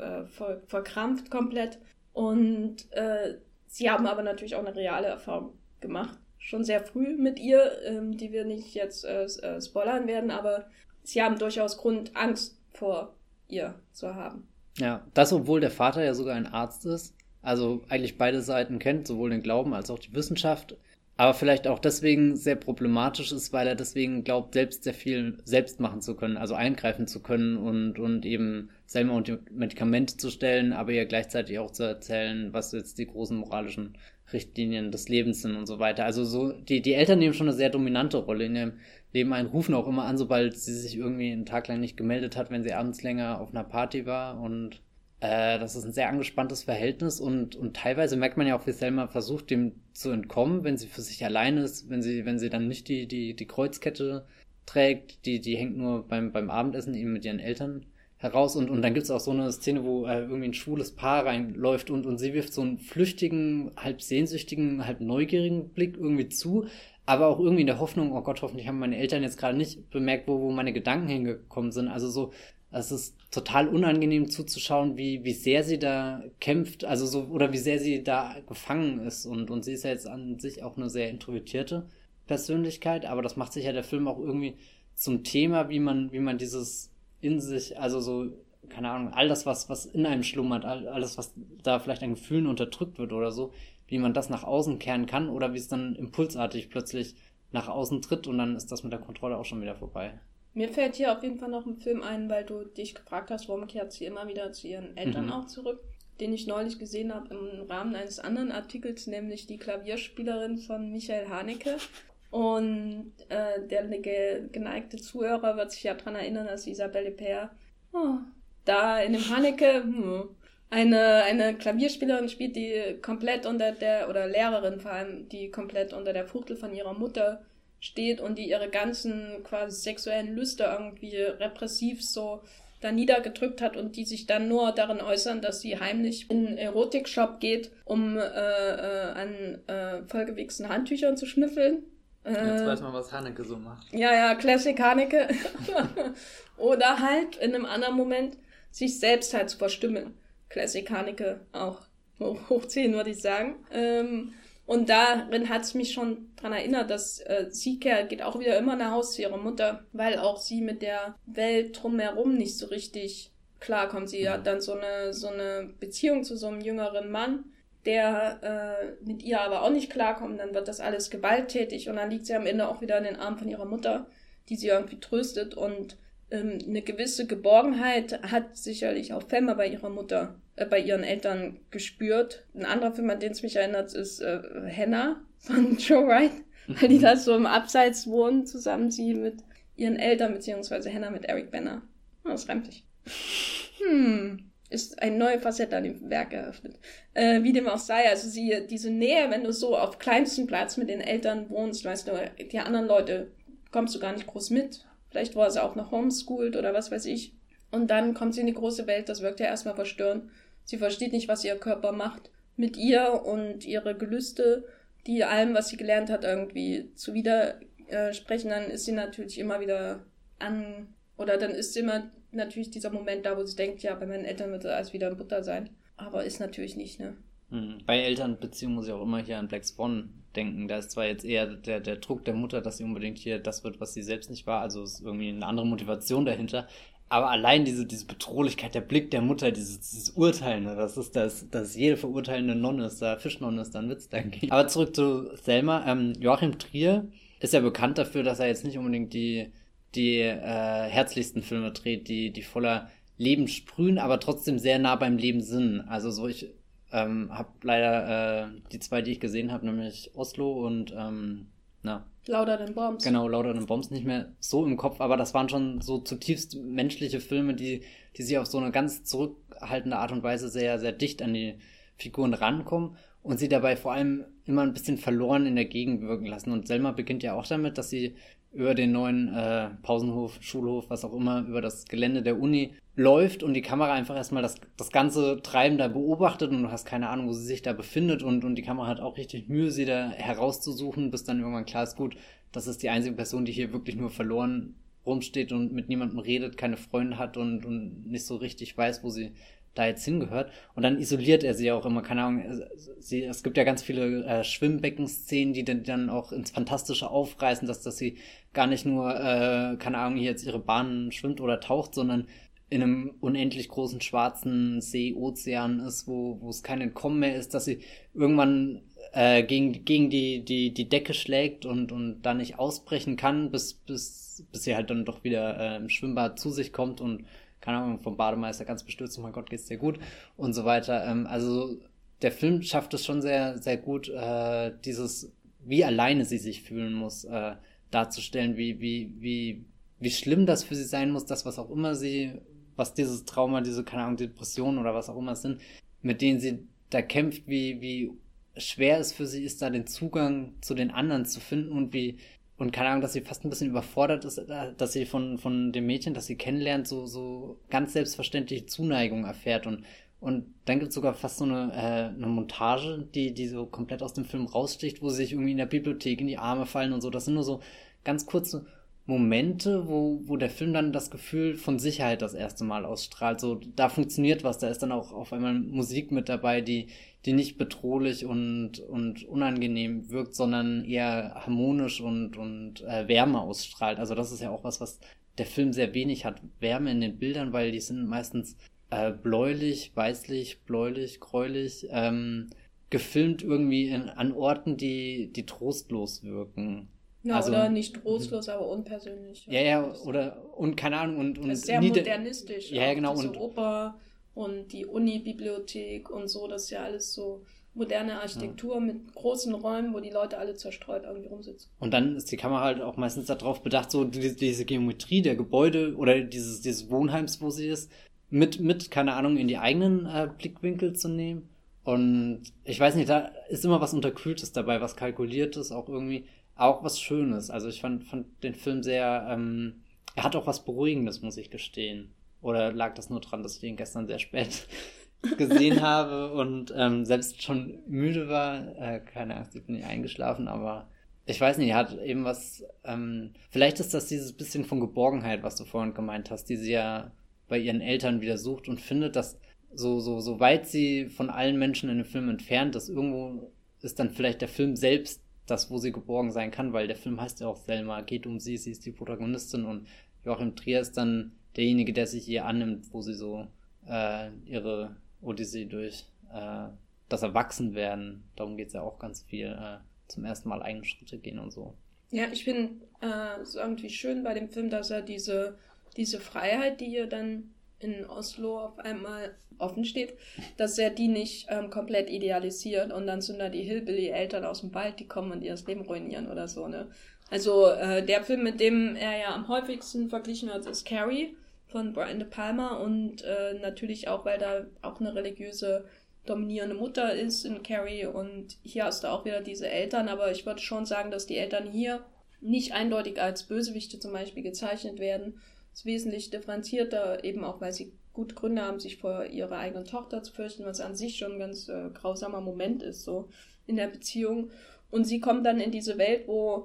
verkrampft komplett. Und sie haben aber natürlich auch eine reale Erfahrung gemacht. Schon sehr früh mit ihr, die wir nicht jetzt spoilern werden, aber sie haben durchaus Grund, Angst vor ihr zu haben. Ja, das, obwohl der Vater ja sogar ein Arzt ist, also eigentlich beide Seiten kennt, sowohl den Glauben als auch die Wissenschaft, aber vielleicht auch deswegen sehr problematisch ist, weil er deswegen glaubt, selbst sehr viel selbst machen zu können, also eingreifen zu können und eben selber unter Medikamente zu stellen, aber ihr gleichzeitig auch zu erzählen, was jetzt die großen moralischen Richtlinien des Lebens sind und so weiter. Also so, die Eltern nehmen schon eine sehr dominante Rolle in ihrem Leben ein, rufen auch immer an, sobald sie sich irgendwie einen Tag lang nicht gemeldet hat, wenn sie abends länger auf einer Party war und das ist ein sehr angespanntes Verhältnis und teilweise merkt man ja auch, wie Thelma versucht, dem zu entkommen, wenn sie für sich alleine ist, wenn sie dann nicht die Kreuzkette trägt, die hängt nur beim Abendessen eben mit ihren Eltern heraus und dann gibt's auch so eine Szene, wo irgendwie ein schwules Paar reinläuft und sie wirft so einen flüchtigen, halb sehnsüchtigen, halb neugierigen Blick irgendwie zu, aber auch irgendwie in der Hoffnung, oh Gott, hoffentlich haben meine Eltern jetzt gerade nicht bemerkt, wo meine Gedanken hingekommen sind, also so. Es ist total unangenehm zuzuschauen, wie sehr sie da kämpft, also so, oder wie sehr sie da gefangen ist. Und sie ist ja jetzt an sich auch eine sehr introvertierte Persönlichkeit, aber das macht sich ja der Film auch irgendwie zum Thema, wie man dieses in sich, also so, keine Ahnung, all das, was in einem schlummert, alles, was da vielleicht an Gefühlen unterdrückt wird oder so, wie man das nach außen kehren kann oder wie es dann impulsartig plötzlich nach außen tritt und dann ist das mit der Kontrolle auch schon wieder vorbei. Mir fällt hier auf jeden Fall noch ein Film ein, weil du dich gefragt hast, warum kehrt sie immer wieder zu ihren Eltern auch zurück, den ich neulich gesehen habe im Rahmen eines anderen Artikels, nämlich die Klavierspielerin von Michael Haneke. Und der geneigte Zuhörer wird sich ja daran erinnern, dass Isabelle Huppert da in dem Haneke eine Klavierspielerin spielt, die komplett oder Lehrerin vor allem, die komplett unter der Fuchtel von ihrer Mutter steht und die ihre ganzen quasi sexuellen Lüste irgendwie repressiv so da niedergedrückt hat und die sich dann nur darin äußern, dass sie heimlich in einen Erotikshop geht, um an vollgewichsten Handtüchern zu schnüffeln. Jetzt weiß man, was Haneke so macht. Ja, Classic Haneke. Oder halt in einem anderen Moment sich selbst halt zu verstümmeln. Classic Haneke auch hochziehen, würde ich sagen. Und darin hat es mich schon dran erinnert, dass sie geht auch wieder immer nach Hause zu ihrer Mutter, weil auch sie mit der Welt drumherum nicht so richtig klarkommt. Sie hat dann so eine Beziehung zu so einem jüngeren Mann, der mit ihr aber auch nicht klarkommt. Dann wird das alles gewalttätig und dann liegt sie am Ende auch wieder in den Armen von ihrer Mutter, die sie irgendwie tröstet. Und eine gewisse Geborgenheit hat sicherlich auch Thelma bei ihrer Mutter, bei ihren Eltern gespürt. Ein anderer Film, an den es mich erinnert, ist Hannah von Joe Wright, weil die da so im Abseits wohnen, zusammen sie mit ihren Eltern, beziehungsweise Hannah mit Eric Bana. Oh, das reimt sich. Ist eine neue Facette an dem Werk eröffnet. Wie dem auch sei, also diese Nähe, wenn du so auf kleinstem Platz mit den Eltern wohnst, weißt du, die anderen Leute kommst du gar nicht groß mit. Vielleicht war sie auch noch homeschooled oder was weiß ich. Und dann kommt sie in die große Welt, das wirkt ja erstmal verstörend. Sie versteht nicht, was ihr Körper macht mit ihr und ihre Gelüste, die allem, was sie gelernt hat, irgendwie widersprechen. Dann ist sie natürlich immer wieder dann ist immer natürlich dieser Moment da, wo sie denkt, ja, bei meinen Eltern wird alles wieder in Butter sein. Aber ist natürlich nicht, ne? Bei Elternbeziehungen muss ich auch immer hier an Black Swan denken. Da ist zwar jetzt eher der Druck der Mutter, dass sie unbedingt hier das wird, was sie selbst nicht war. Also ist irgendwie eine andere Motivation dahinter. Aber allein diese Bedrohlichkeit, der Blick der Mutter, dieses Urteilen, dass jede verurteilende Nonne ist, da Fischnonne ist, dann Witz dagegen. Aber zurück zu Thelma. Joachim Trier ist ja bekannt dafür, dass er jetzt nicht unbedingt die herzlichsten Filme dreht, die voller Leben sprühen, aber trotzdem sehr nah beim Leben sind. Also so, ich habe leider die 2, die ich gesehen habe, nämlich Oslo und Louder Than Bombs. Genau, Louder Than Bombs nicht mehr so im Kopf, aber das waren schon so zutiefst menschliche Filme, die sich auf so eine ganz zurückhaltende Art und Weise sehr, sehr dicht an die Figuren rankommen und sie dabei vor allem immer ein bisschen verloren in der Gegend wirken lassen. Und Selma beginnt ja auch damit, dass sie über den neuen Pausenhof, Schulhof, was auch immer, über das Gelände der Uni läuft und die Kamera einfach erstmal das ganze Treiben da beobachtet und du hast keine Ahnung, wo sie sich da befindet und die Kamera hat auch richtig Mühe, sie da herauszusuchen, bis dann irgendwann klar ist, gut, das ist die einzige Person, die hier wirklich nur verloren rumsteht und mit niemandem redet, keine Freunde hat und nicht so richtig weiß, wo sie da jetzt hingehört. Und dann isoliert er sie auch immer, keine Ahnung, es gibt ja ganz viele Schwimmbecken-Szenen, die dann auch ins Fantastische aufreißen, dass sie gar nicht nur, keine Ahnung, hier jetzt ihre Bahn schwimmt oder taucht, sondern in einem unendlich großen schwarzen See, Ozean ist, wo es kein Entkommen mehr ist, dass sie irgendwann gegen die Decke schlägt und da nicht ausbrechen kann, bis sie halt dann doch wieder im Schwimmbad zu sich kommt und keine Ahnung, vom Bademeister ganz bestürzt, oh mein Gott, geht's dir gut und so weiter. Also der Film schafft es schon sehr, sehr gut, dieses, wie alleine sie sich fühlen muss, darzustellen, wie schlimm das für sie sein muss, das, was dieses Trauma, diese, keine Ahnung, Depression oder was auch immer es sind, mit denen sie da kämpft, wie schwer es für sie ist, da den Zugang zu den anderen zu finden und keine Ahnung, dass sie fast ein bisschen überfordert ist, dass sie von dem Mädchen, das sie kennenlernt, so ganz selbstverständlich Zuneigung erfährt und dann gibt's sogar fast so eine Montage, die so komplett aus dem Film raussticht, wo sie sich irgendwie in der Bibliothek in die Arme fallen und so. Das sind nur so ganz kurze Momente, wo der Film dann das Gefühl von Sicherheit das erste Mal ausstrahlt. So, da funktioniert was, da ist dann auch auf einmal Musik mit dabei, die nicht bedrohlich und unangenehm wirkt, sondern eher harmonisch und Wärme ausstrahlt. Also das ist ja auch was der Film sehr wenig hat. Wärme in den Bildern, weil die sind meistens bläulich, weißlich, bläulich, gräulich, gefilmt irgendwie an Orten, die trostlos wirken. Ja, also, oder nicht trostlos, aber unpersönlich. Ja, und keine Ahnung, und das ist sehr modernistisch. Ja, genau. Und Oper und die Uni-Bibliothek und so, das ist ja alles so moderne Architektur mit großen Räumen, wo die Leute alle zerstreut irgendwie rumsitzen. Und dann ist die Kamera halt auch meistens darauf bedacht, so diese Geometrie der Gebäude oder dieses Wohnheims, wo sie ist, mit, keine Ahnung, in die eigenen Blickwinkel zu nehmen. Und ich weiß nicht, da ist immer was Unterkühltes dabei, was Kalkuliertes, auch irgendwie, auch was Schönes. Also ich fand den Film sehr, er hat auch was Beruhigendes, muss ich gestehen. Oder lag das nur dran, dass ich den gestern sehr spät gesehen habe und selbst schon müde war? Keine Angst, ich bin nicht eingeschlafen, aber ich weiß nicht, er hat eben was, vielleicht ist das dieses bisschen von Geborgenheit, was du vorhin gemeint hast, die sie ja bei ihren Eltern wieder sucht und findet, dass so weit sie von allen Menschen in dem Film entfernt ist, irgendwo ist dann vielleicht der Film selbst das, wo sie geborgen sein kann, weil der Film heißt ja auch Selma, geht um sie ist die Protagonistin und Joachim Trier ist dann derjenige, der sich ihr annimmt, wo sie so ihre Odyssee durch das Erwachsenwerden, darum geht's ja auch ganz viel, zum ersten Mal eigene Schritte gehen und so. Ja, ich finde es irgendwie schön bei dem Film, dass er diese Freiheit, die hier dann in Oslo auf einmal offen steht, dass er die nicht komplett idealisiert und dann sind da die Hillbilly-Eltern aus dem Wald, die kommen und ihr das Leben ruinieren oder so, ne? Also der Film, mit dem er ja am häufigsten verglichen wird, ist Carrie von Brian De Palma und natürlich auch, weil da auch eine religiöse dominierende Mutter ist in Carrie und hier hast du auch wieder diese Eltern, aber ich würde schon sagen, dass die Eltern hier nicht eindeutig als Bösewichte zum Beispiel gezeichnet werden. Es ist wesentlich differenzierter, eben auch, weil sie gute Gründe haben, sich vor ihrer eigenen Tochter zu fürchten, was an sich schon ein ganz grausamer Moment ist, so in der Beziehung. Und sie kommt dann in diese Welt, wo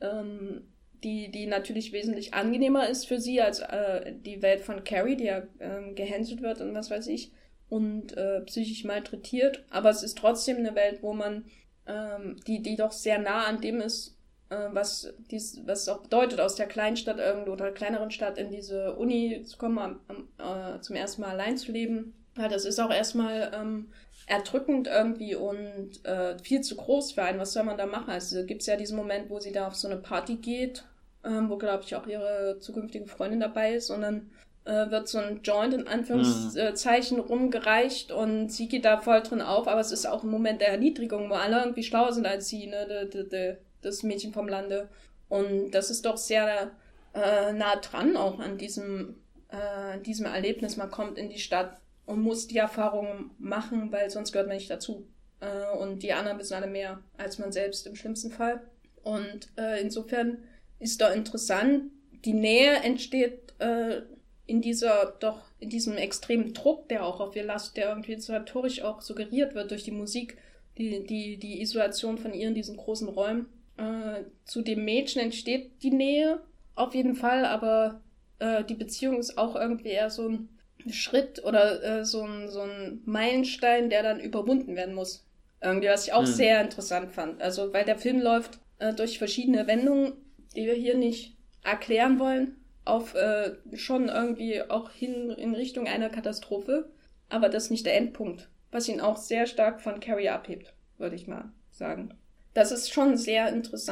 die natürlich wesentlich angenehmer ist für sie als die Welt von Carrie, die ja gehänselt wird und was weiß ich und psychisch malträtiert. Aber es ist trotzdem eine Welt, wo man die doch sehr nah an dem ist, was es auch bedeutet, aus der Kleinstadt irgendwo oder kleineren Stadt in diese Uni zu kommen, zum ersten Mal allein zu leben Ja, das ist auch erstmal erdrückend irgendwie und viel zu groß für einen. Was soll man da machen? Also gibt es ja diesen Moment, wo sie da auf so eine Party geht, wo, glaube ich, auch ihre zukünftige Freundin dabei ist und dann wird so ein Joint in Anführungszeichen rumgereicht und sie geht da voll drin auf, aber es ist auch ein Moment der Erniedrigung, wo alle irgendwie schlauer sind als sie, ne, das Mädchen vom Lande. Und das ist doch sehr nah dran auch an diesem Erlebnis. Man kommt in die Stadt und muss die Erfahrung machen, weil sonst gehört man nicht dazu. Und die anderen wissen alle mehr als man selbst im schlimmsten Fall. Und insofern ist doch interessant, die Nähe entsteht in diesem extremen Druck, der auch auf ihr lastet, der irgendwie inszenatorisch auch suggeriert wird durch die Musik, die Isolation von ihr in diesen großen Räumen. Zu dem Mädchen entsteht die Nähe, auf jeden Fall, aber die Beziehung ist auch irgendwie eher so ein Schritt oder so ein Meilenstein, der dann überwunden werden muss. Irgendwie, was ich auch sehr interessant fand. Also, weil der Film läuft durch verschiedene Wendungen, die wir hier nicht erklären wollen, auf schon irgendwie auch hin in Richtung einer Katastrophe. Aber das ist nicht der Endpunkt, was ihn auch sehr stark von Carrie abhebt, würde ich mal sagen. Das ist schon sehr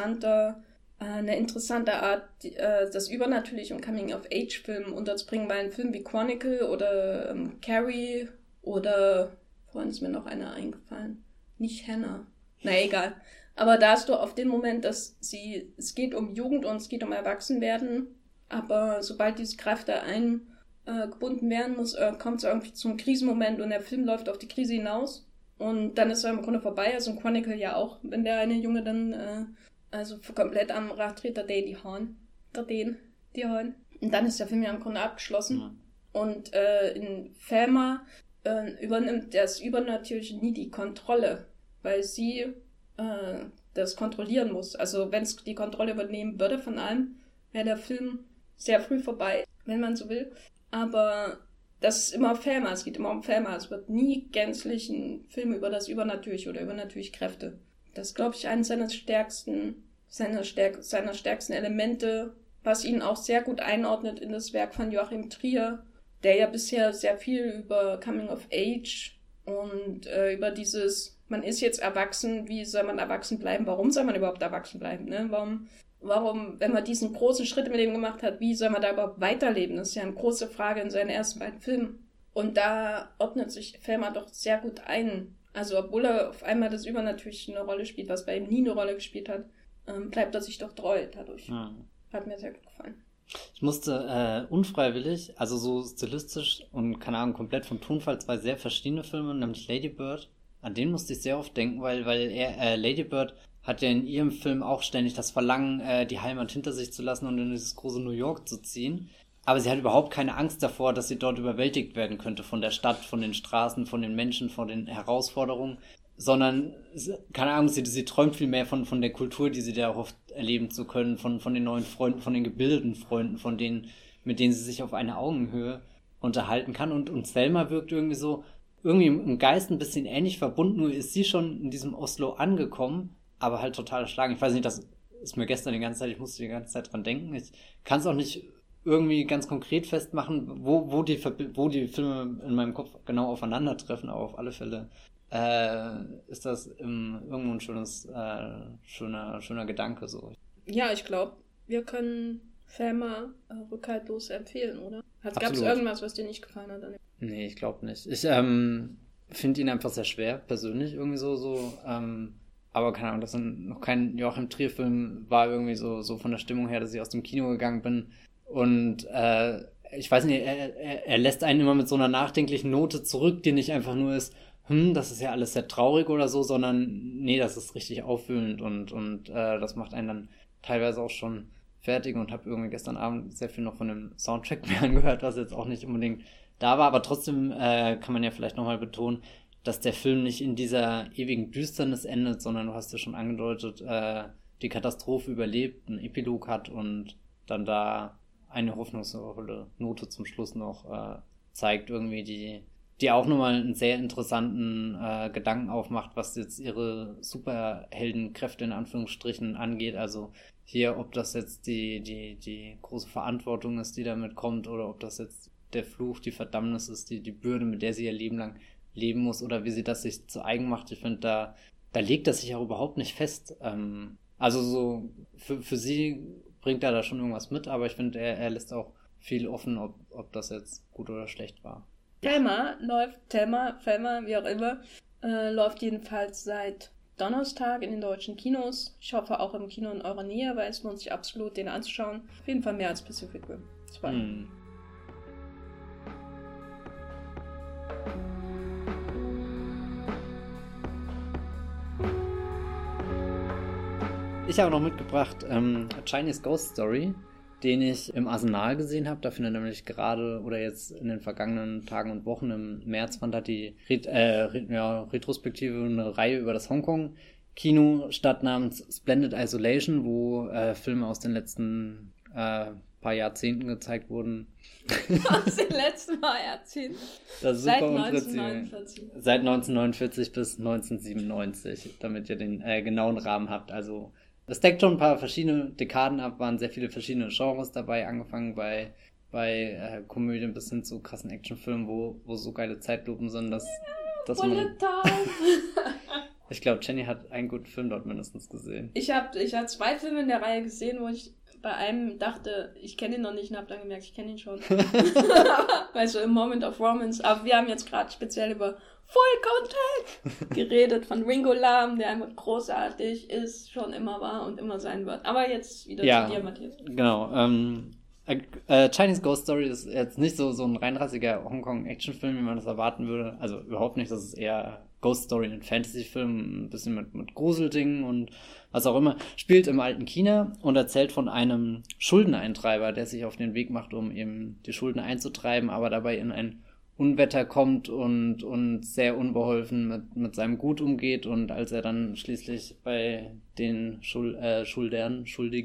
eine interessante Art, das Übernatürliche und Coming-of-Age-Film unterzubringen, weil ein Film wie Chronicle oder Carrie oder, vorhin ist mir noch einer eingefallen, nicht Hannah, na egal. Aber da hast du auf den Moment, dass es geht um Jugend und es geht um Erwachsenwerden, aber sobald diese Kräfte eingebunden werden muss, kommt es irgendwie zum Krisenmoment und der Film läuft auf die Krise hinaus und dann ist er im Grunde vorbei, also im Chronicle ja auch, wenn der eine Junge dann also komplett am Rad dreht, die Horn. Und dann ist der Film ja im Grunde abgeschlossen. Mhm. Und in Thelma übernimmt das Übernatürliche nie die Kontrolle, weil sie das kontrollieren muss. Also wenn es die Kontrolle übernehmen würde von allem, wäre der Film sehr früh vorbei, wenn man so will. Aber das ist immer Thelma, es geht immer um Thelma. Es wird nie gänzlich ein Film über das Übernatürliche oder übernatürliche Kräfte. Das ist, glaube ich, eines seiner stärksten Elemente, was ihn auch sehr gut einordnet in das Werk von Joachim Trier, der ja bisher sehr viel über Coming of Age und über dieses, man ist jetzt erwachsen, wie soll man erwachsen bleiben, warum soll man überhaupt erwachsen bleiben, ne? Warum, wenn man diesen großen Schritt mit dem gemacht hat, wie soll man da überhaupt weiterleben? Das ist ja eine große Frage in seinen ersten beiden Filmen. Und da ordnet sich Thelma doch sehr gut ein. Also obwohl er auf einmal das Übernatürliche eine Rolle spielt, was bei ihm nie eine Rolle gespielt hat, bleibt er sich doch treu dadurch. Ja. Hat mir sehr gut gefallen. Ich musste unfreiwillig, also so stilistisch und keine Ahnung, komplett vom Tonfall, zwei sehr verschiedene Filme, nämlich Lady Bird. An den musste ich sehr oft denken, weil Lady Bird hat ja in ihrem Film auch ständig das Verlangen, die Heimat hinter sich zu lassen und in dieses große New York zu ziehen. Aber sie hat überhaupt keine Angst davor, dass sie dort überwältigt werden könnte von der Stadt, von den Straßen, von den Menschen, von den Herausforderungen, sondern, keine Ahnung, sie träumt viel mehr von der Kultur, die sie da hofft erleben zu können, von den neuen Freunden, von den gebildeten Freunden, von denen, mit denen sie sich auf einer Augenhöhe unterhalten kann. Und Thelma wirkt irgendwie im Geist ein bisschen ähnlich verbunden, nur ist sie schon in diesem Oslo angekommen, aber halt total erschlagen. Ich weiß nicht, das ist mir gestern die ganze Zeit, ich musste die ganze Zeit dran denken. Ich kann es auch nicht irgendwie ganz konkret festmachen, wo die Filme in meinem Kopf genau aufeinandertreffen, aber auf alle Fälle ist das irgendwo ein schöner Gedanke so. Ja, ich glaube, wir können Thelma rückhaltlos empfehlen, oder? Gab es irgendwas, was dir nicht gefallen hat? Nee, ich glaube nicht. Ich finde ihn einfach sehr schwer, persönlich irgendwie so. Aber keine Ahnung, das noch kein Joachim Trier-Film war irgendwie so von der Stimmung her, dass ich aus dem Kino gegangen bin. Und ich weiß nicht, er lässt einen immer mit so einer nachdenklichen Note zurück, die nicht einfach nur ist, das ist ja alles sehr traurig oder so, sondern nee, das ist richtig aufwühlend und das macht einen dann teilweise auch schon fertig und habe irgendwie gestern Abend sehr viel noch von dem Soundtrack mir angehört, was jetzt auch nicht unbedingt da war, aber trotzdem kann man ja vielleicht nochmal betonen, dass der Film nicht in dieser ewigen Düsternis endet, sondern du hast ja schon angedeutet, die Katastrophe überlebt, einen Epilog hat und dann da eine hoffnungsvolle Note zum Schluss noch zeigt, irgendwie die auch nochmal einen sehr interessanten Gedanken aufmacht, was jetzt ihre Superheldenkräfte in Anführungsstrichen angeht. Also hier, ob das jetzt die große Verantwortung ist, die damit kommt, oder ob das jetzt der Fluch, die Verdammnis ist, die Bürde, mit der sie ihr Leben lang leben muss oder wie sie das sich zu eigen macht. Ich finde, da legt das sich auch überhaupt nicht fest. Also so für sie bringt er da schon irgendwas mit, aber ich finde, er lässt auch viel offen, ob das jetzt gut oder schlecht war. Thelma, wie auch immer, läuft jedenfalls seit Donnerstag in den deutschen Kinos. Ich hoffe auch im Kino in eurer Nähe, weil es lohnt sich absolut, den anzuschauen. Auf jeden Fall mehr als Pacific Rim 2. Ich habe noch mitgebracht A Chinese Ghost Story, den ich im Arsenal gesehen habe. Da findet nämlich gerade oder jetzt in den vergangenen Tagen und Wochen im März fand da die Retrospektive eine Reihe über das Hongkong-Kino statt namens Splendid Isolation, wo Filme aus den letzten paar Jahrzehnten gezeigt wurden. Aus den letzten paar Jahrzehnten? Das ist Seit super 1949. Seit 1949 bis 1997, damit ihr den genauen Rahmen habt. Also es deckt schon ein paar verschiedene Dekaden ab, waren sehr viele verschiedene Genres dabei, angefangen bei Komödien bis hin zu krassen Actionfilmen, wo so geile Zeitlupen sind, dass man... Ich glaube, Jenny hat einen guten Film dort mindestens gesehen. Ich hab 2 Filme in der Reihe gesehen, wo ich bei einem dachte, ich kenne ihn noch nicht und habe dann gemerkt, ich kenne ihn schon. Weil so im Moment of Romance. Aber wir haben jetzt gerade speziell über Full Contact geredet von Ringo Lam, der einfach großartig ist, schon immer war und immer sein wird. Aber jetzt wieder zu dir, Matthias. Genau. Chinese Ghost Story ist jetzt nicht so ein reinrassiger Hongkong-Action-Film, wie man das erwarten würde. Also überhaupt nicht, das ist eher Ghost Story, ein Fantasy-Film, ein bisschen mit Gruseldingen und was auch immer. Spielt im alten China und erzählt von einem Schuldeneintreiber, der sich auf den Weg macht, um eben die Schulden einzutreiben, aber dabei in ein Unwetter kommt und sehr unbeholfen mit seinem Gut umgeht, und als er dann schließlich bei den Schuldnern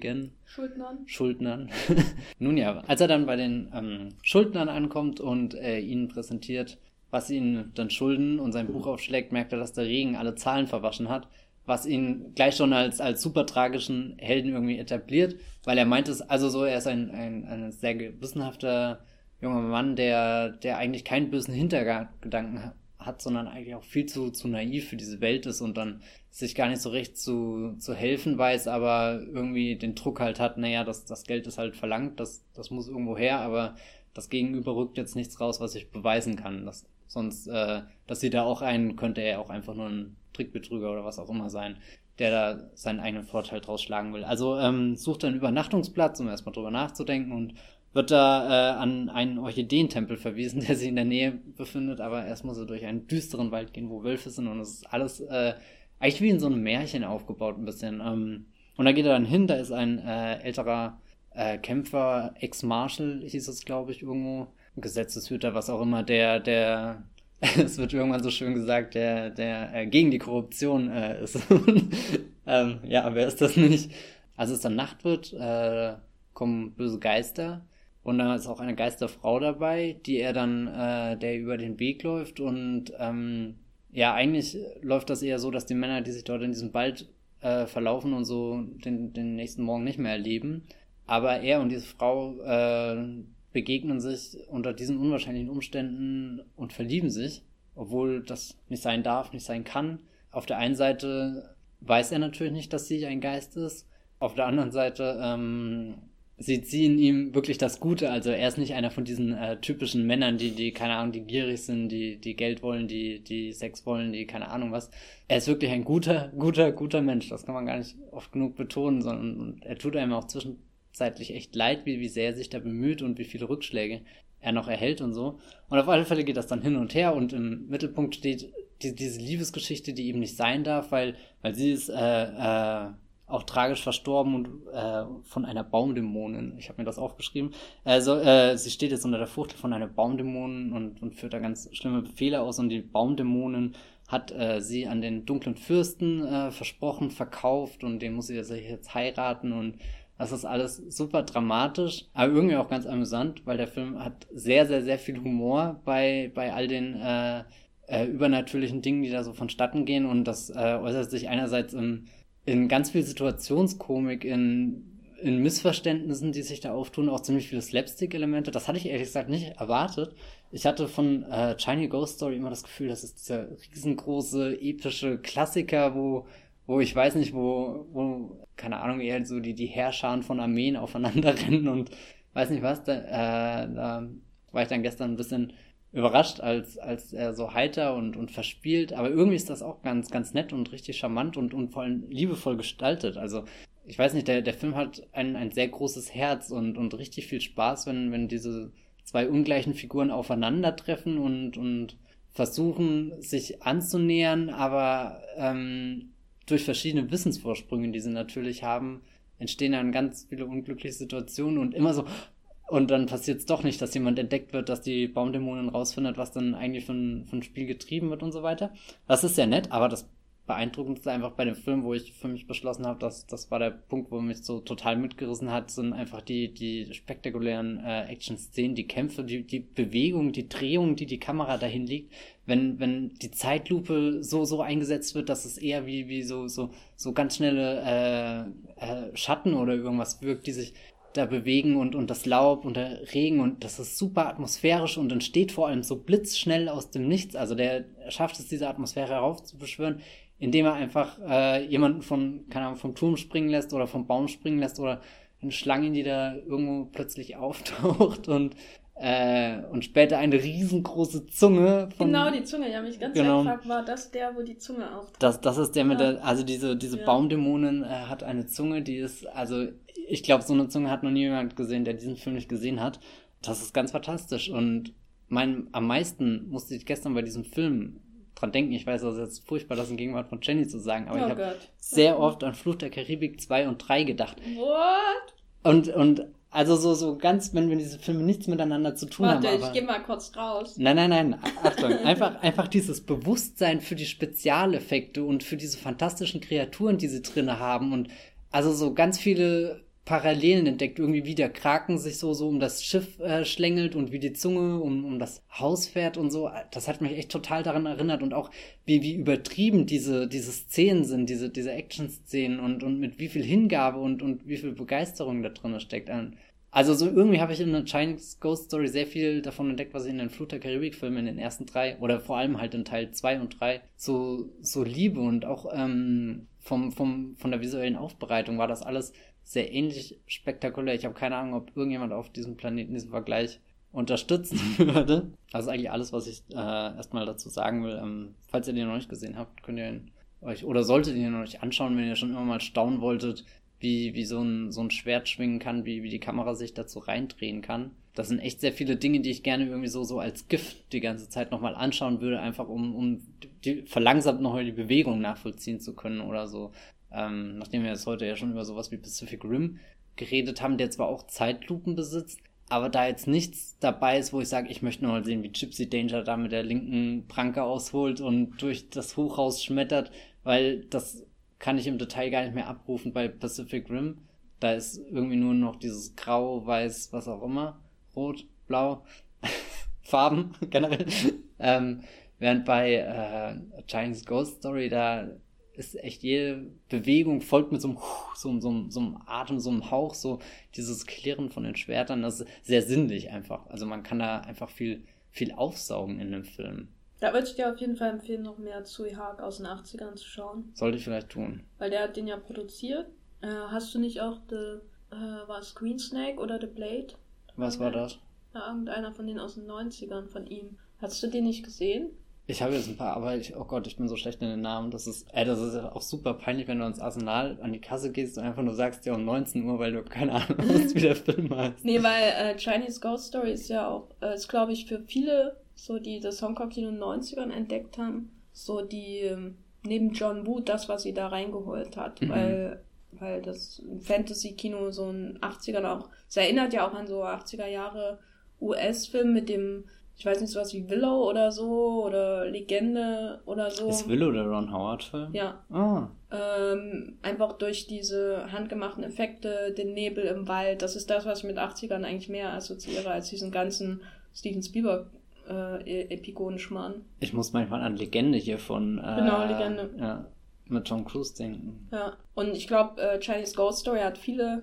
nun ja, als er dann bei den Schuldnern ankommt und ihnen präsentiert, was sie ihn dann schulden, und sein Buch aufschlägt, merkt er, dass der Regen alle Zahlen verwaschen hat, was ihn gleich schon als super tragischen Helden irgendwie etabliert, weil er meint es, also so, er ist ein sehr gewissenhafter junger Mann, der eigentlich keinen bösen Hintergedanken hat, sondern eigentlich auch viel zu naiv für diese Welt ist und dann sich gar nicht so recht zu helfen weiß, aber irgendwie den Druck halt hat, naja, das Geld ist halt verlangt, das muss irgendwo her, aber das Gegenüber rückt jetzt nichts raus, was ich beweisen kann. Dass sie da auch könnte er auch einfach nur ein Trickbetrüger oder was auch immer sein, der da seinen eigenen Vorteil draus schlagen will. Also sucht einen Übernachtungsplatz, um erstmal drüber nachzudenken, und wird da an einen Orchideentempel verwiesen, der sich in der Nähe befindet, aber erst muss er durch einen düsteren Wald gehen, wo Wölfe sind, und es ist alles eigentlich wie in so einem Märchen aufgebaut ein bisschen. Und da geht er dann hin, da ist ein älterer Kämpfer, Ex-Marshal hieß es, glaube ich, irgendwo, Gesetzeshüter, was auch immer, der es wird irgendwann so schön gesagt, der gegen die Korruption ist. Ja, wer ist das nicht? Als es dann Nacht wird, kommen böse Geister, und da ist auch eine Geisterfrau dabei, der über den Weg läuft, und ja, eigentlich läuft das eher so, dass die Männer, die sich dort in diesem Wald verlaufen und so den nächsten Morgen nicht mehr erleben, aber er und diese Frau begegnen sich unter diesen unwahrscheinlichen Umständen und verlieben sich, obwohl das nicht sein darf, nicht sein kann. Auf der einen Seite weiß er natürlich nicht, dass sie ein Geist ist, auf der anderen Seite sieht sie in ihm wirklich das Gute. Also er ist nicht einer von diesen typischen Männern, die keine Ahnung, die gierig sind, die Geld wollen, die Sex wollen, die keine Ahnung was. Er ist wirklich ein guter Mensch. Das kann man gar nicht oft genug betonen, sondern er tut einem auch zwischenzeitlich echt leid, wie sehr er sich da bemüht und wie viele Rückschläge er noch erhält und so. Und auf alle Fälle geht das dann hin und her, und im Mittelpunkt steht diese Liebesgeschichte, die eben nicht sein darf, weil sie ist auch tragisch verstorben und von einer Baumdämonin. Ich habe mir das aufgeschrieben. Also sie steht jetzt unter der Fuchtel von einer Baumdämonin und führt da ganz schlimme Befehle aus, und die Baumdämonin hat sie an den dunklen Fürsten versprochen, verkauft, und den muss sie jetzt heiraten, und das ist alles super dramatisch, aber irgendwie auch ganz amüsant, weil der Film hat sehr, sehr, sehr viel Humor bei all den übernatürlichen Dingen, die da so vonstatten gehen, und das äußert sich einerseits in ganz viel Situationskomik, in in Missverständnissen, die sich da auftun, auch ziemlich viele Slapstick-Elemente. Das hatte ich ehrlich gesagt nicht erwartet. Ich hatte von China Ghost Story immer das Gefühl, das ist dieser riesengroße, epische Klassiker, wo ich weiß nicht, wo keine Ahnung, eher so die Heerscharen von Armeen aufeinander rennen und weiß nicht was. Da war ich dann gestern ein bisschen überrascht, als er so heiter und verspielt. Aber irgendwie ist das auch ganz, ganz nett und richtig charmant und vor allem liebevoll gestaltet. Also ich weiß nicht, der Film hat ein sehr großes Herz und richtig viel Spaß, wenn diese zwei ungleichen Figuren aufeinandertreffen und versuchen, sich anzunähern, aber durch verschiedene Wissensvorsprünge, die sie natürlich haben, entstehen dann ganz viele unglückliche Situationen und immer so, und dann passiert es doch nicht, dass jemand entdeckt wird, dass die Baumdämonin rausfindet, was dann eigentlich von Spiel getrieben wird und so weiter. Das ist sehr nett, aber das Beeindruckendste einfach bei dem Film, wo ich für mich beschlossen habe, das war der Punkt, wo mich so total mitgerissen hat, sind einfach die spektakulären Action-Szenen, die Kämpfe, die Bewegung, die Drehung, die Kamera dahin liegt, wenn die Zeitlupe so eingesetzt wird, dass es eher wie so ganz schnelle Schatten oder irgendwas wirkt, die sich da bewegen und das Laub und der Regen und das ist super atmosphärisch und entsteht vor allem so blitzschnell aus dem Nichts. Also der schafft es, diese Atmosphäre heraufzubeschwören, indem er einfach jemanden vom Turm springen lässt oder vom Baum springen lässt oder eine Schlange, die da irgendwo plötzlich auftaucht und später eine riesengroße Zunge. Genau, die Zunge. Ich habe mich ganz gefragt, war das der, wo die Zunge auftaucht? Das ist der mit der, also diese Baumdämonin hat eine Zunge, die ist, also ich glaube, so eine Zunge hat noch nie jemand gesehen, der diesen Film nicht gesehen hat. Das ist ganz fantastisch und am meisten musste ich gestern bei diesem Film dran denken. Ich weiß, das ist jetzt furchtbar, das in Gegenwart von Jenny zu sagen, aber ich habe sehr oft an Fluch der Karibik 2 und 3 gedacht. What? Und also so ganz, wenn diese Filme nichts miteinander zu tun haben. Warte, ich gehe mal kurz raus. Nein, Achtung. Einfach dieses Bewusstsein für die Spezialeffekte und für diese fantastischen Kreaturen, die sie drinne haben und also so ganz viele Parallelen entdeckt, irgendwie wie der Kraken sich so um das Schiff schlängelt und wie die Zunge um das Haus fährt und so. Das hat mich echt total daran erinnert und auch wie übertrieben diese Szenen sind, diese Action-Szenen und mit wie viel Hingabe und wie viel Begeisterung da drin steckt. Also so irgendwie habe ich in der Chinese Ghost Story sehr viel davon entdeckt, was ich in den Fluch der Karibik-Filmen in den ersten 3 oder vor allem halt in Teil 2 und 3 so liebe und auch von der visuellen Aufbereitung war das alles sehr ähnlich spektakulär. Ich habe keine Ahnung, ob irgendjemand auf diesem Planeten diesen Vergleich unterstützen würde. Das ist eigentlich alles, was ich erstmal dazu sagen will. Falls ihr den noch nicht gesehen habt, könnt ihr ihn euch, oder solltet ihr ihn noch nicht anschauen, wenn ihr schon immer mal staunen wolltet, wie so ein Schwert schwingen kann, wie die Kamera sich dazu reindrehen kann. Das sind echt sehr viele Dinge, die ich gerne irgendwie so als GIF die ganze Zeit nochmal anschauen würde, einfach um die verlangsamt nochmal die Bewegung nachvollziehen zu können oder so. Nachdem wir jetzt heute ja schon über sowas wie Pacific Rim geredet haben, der zwar auch Zeitlupen besitzt, aber da jetzt nichts dabei ist, wo ich sage, ich möchte noch mal sehen, wie Gypsy Danger da mit der linken Pranke ausholt und durch das Hochhaus schmettert, weil das kann ich im Detail gar nicht mehr abrufen bei Pacific Rim. Da ist irgendwie nur noch dieses Grau, Weiß, was auch immer, Rot, Blau, Farben generell. Während bei Chinese Ghost Story da ist echt jede Bewegung folgt mit so einem Atem, so einem Hauch, so dieses Klirren von den Schwertern, das ist sehr sinnlich einfach. Also man kann da einfach viel aufsaugen in dem Film. Da würde ich dir auf jeden Fall empfehlen, noch mehr Tsui Hark aus den 80ern zu schauen. Sollte ich vielleicht tun. Weil der hat den ja produziert. Hast du nicht auch war es Green Snake oder The Blade? Was war das? Ja, irgendeiner von denen aus den 90ern von ihm. Hast du den nicht gesehen? Ich habe jetzt ein paar, aber oh Gott, ich bin so schlecht in den Namen. Das ist ja auch super peinlich, wenn du ans Arsenal an die Kasse gehst und einfach nur sagst, ja um 19 Uhr, weil du keine Ahnung hast, wie der Film heißt. Nee, weil Chinese Ghost Story ist ja auch, ist glaube ich für viele, so die das Hongkong-Kino in den 90ern entdeckt haben, so die neben John Woo das, was sie da reingeholt hat, weil das Fantasy-Kino so in 80ern auch, es erinnert ja auch an so 80er Jahre US-Film mit dem, ich weiß nicht, sowas wie Willow oder so, oder Legende oder so. Ist Willow der Ron Howard-Film? Ja. Ah. Einfach durch diese handgemachten Effekte, den Nebel im Wald, das ist das, was ich mit 80ern eigentlich mehr assoziiere, als diesen ganzen Steven Spielberg Epigonen-Schmarrn. Ich muss manchmal an Legende hier von genau, Legende. Ja, mit Tom Cruise denken. Ja, und ich glaube, Chinese Ghost Story hat viele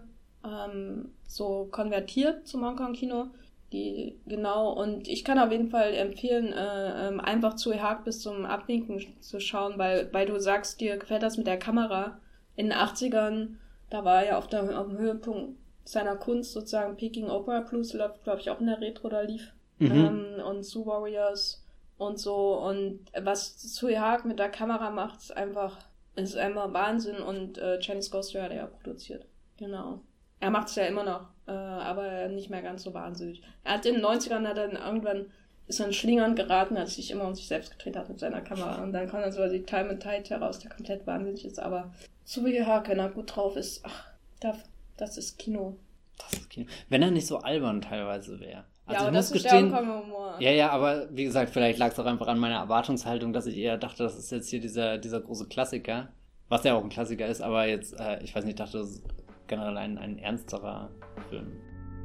so konvertiert zum Hongkong-Kino. Genau, und ich kann auf jeden Fall empfehlen, einfach Tsui Hark bis zum Abwinken zu schauen, weil du sagst, dir gefällt das mit der Kamera. In den 80ern, da war er ja auf dem Höhepunkt seiner Kunst sozusagen. Peking Opera Blues läuft, glaube ich, auch in der Retro, da lief. Und Zoo Warriors und so. Und was Tsui Hark mit der Kamera macht, ist einfach Wahnsinn. Und Chinese Ghost hat er ja produziert. Genau. Er macht es ja immer noch, aber nicht mehr ganz so wahnsinnig. Er hat in den 90ern ist er in Schlingern geraten, als sich immer um sich selbst gedreht hat mit seiner Kamera. Und dann kam dann so die Time and Tide heraus, der komplett wahnsinnig ist. Aber Tsui Hark, wenn er gut drauf ist, das ist Kino. Das ist Kino. Wenn er nicht so albern teilweise wäre. Also ja, aber das ist gestehen, der Hongkong-Humor. Ja, aber wie gesagt, vielleicht lag es auch einfach an meiner Erwartungshaltung, dass ich eher dachte, das ist jetzt hier dieser große Klassiker. Was ja auch ein Klassiker ist, aber jetzt, ich weiß nicht, ich dachte, das ist generell ein ernsterer Film.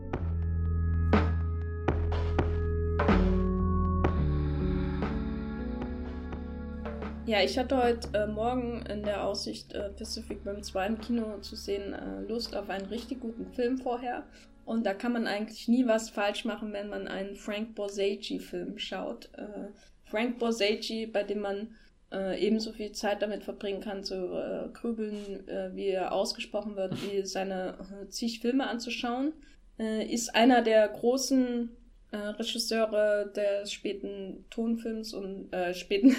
Ja, ich hatte heute Morgen in der Aussicht, Pacific Rim 2 im Kino zu sehen, Lust auf einen richtig guten Film vorher. Und da kann man eigentlich nie was falsch machen, wenn man einen Frank Borzage-Film schaut. Frank Borzage, bei dem man ebenso viel Zeit damit verbringen kann, zu grübeln, wie er ausgesprochen wird, wie seine zig Filme anzuschauen, ist einer der großen Regisseure des späten Tonfilms und des späten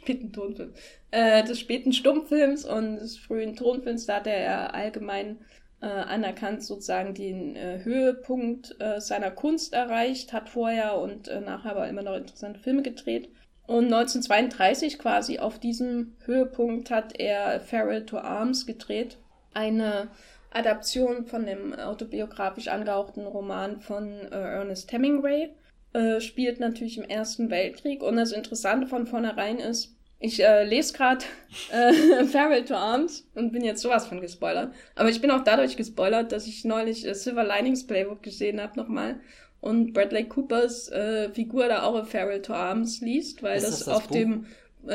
Stummfilms und des frühen Tonfilms. Da hat er allgemein anerkannt sozusagen den Höhepunkt seiner Kunst erreicht, hat vorher und nachher aber immer noch interessante Filme gedreht. Und 1932 quasi auf diesem Höhepunkt hat er Farewell to Arms gedreht, eine Adaption von dem autobiografisch angehauchten Roman von Ernest Hemingway, spielt natürlich im Ersten Weltkrieg. Und das Interessante von vornherein ist, ich lese gerade Farewell to Arms und bin jetzt sowas von gespoilert. Aber ich bin auch dadurch gespoilert, dass ich neulich Silver Linings Playbook gesehen habe nochmal. Und Bradley Coopers Figur da auch in Farewell to Arms liest, weil das auf dem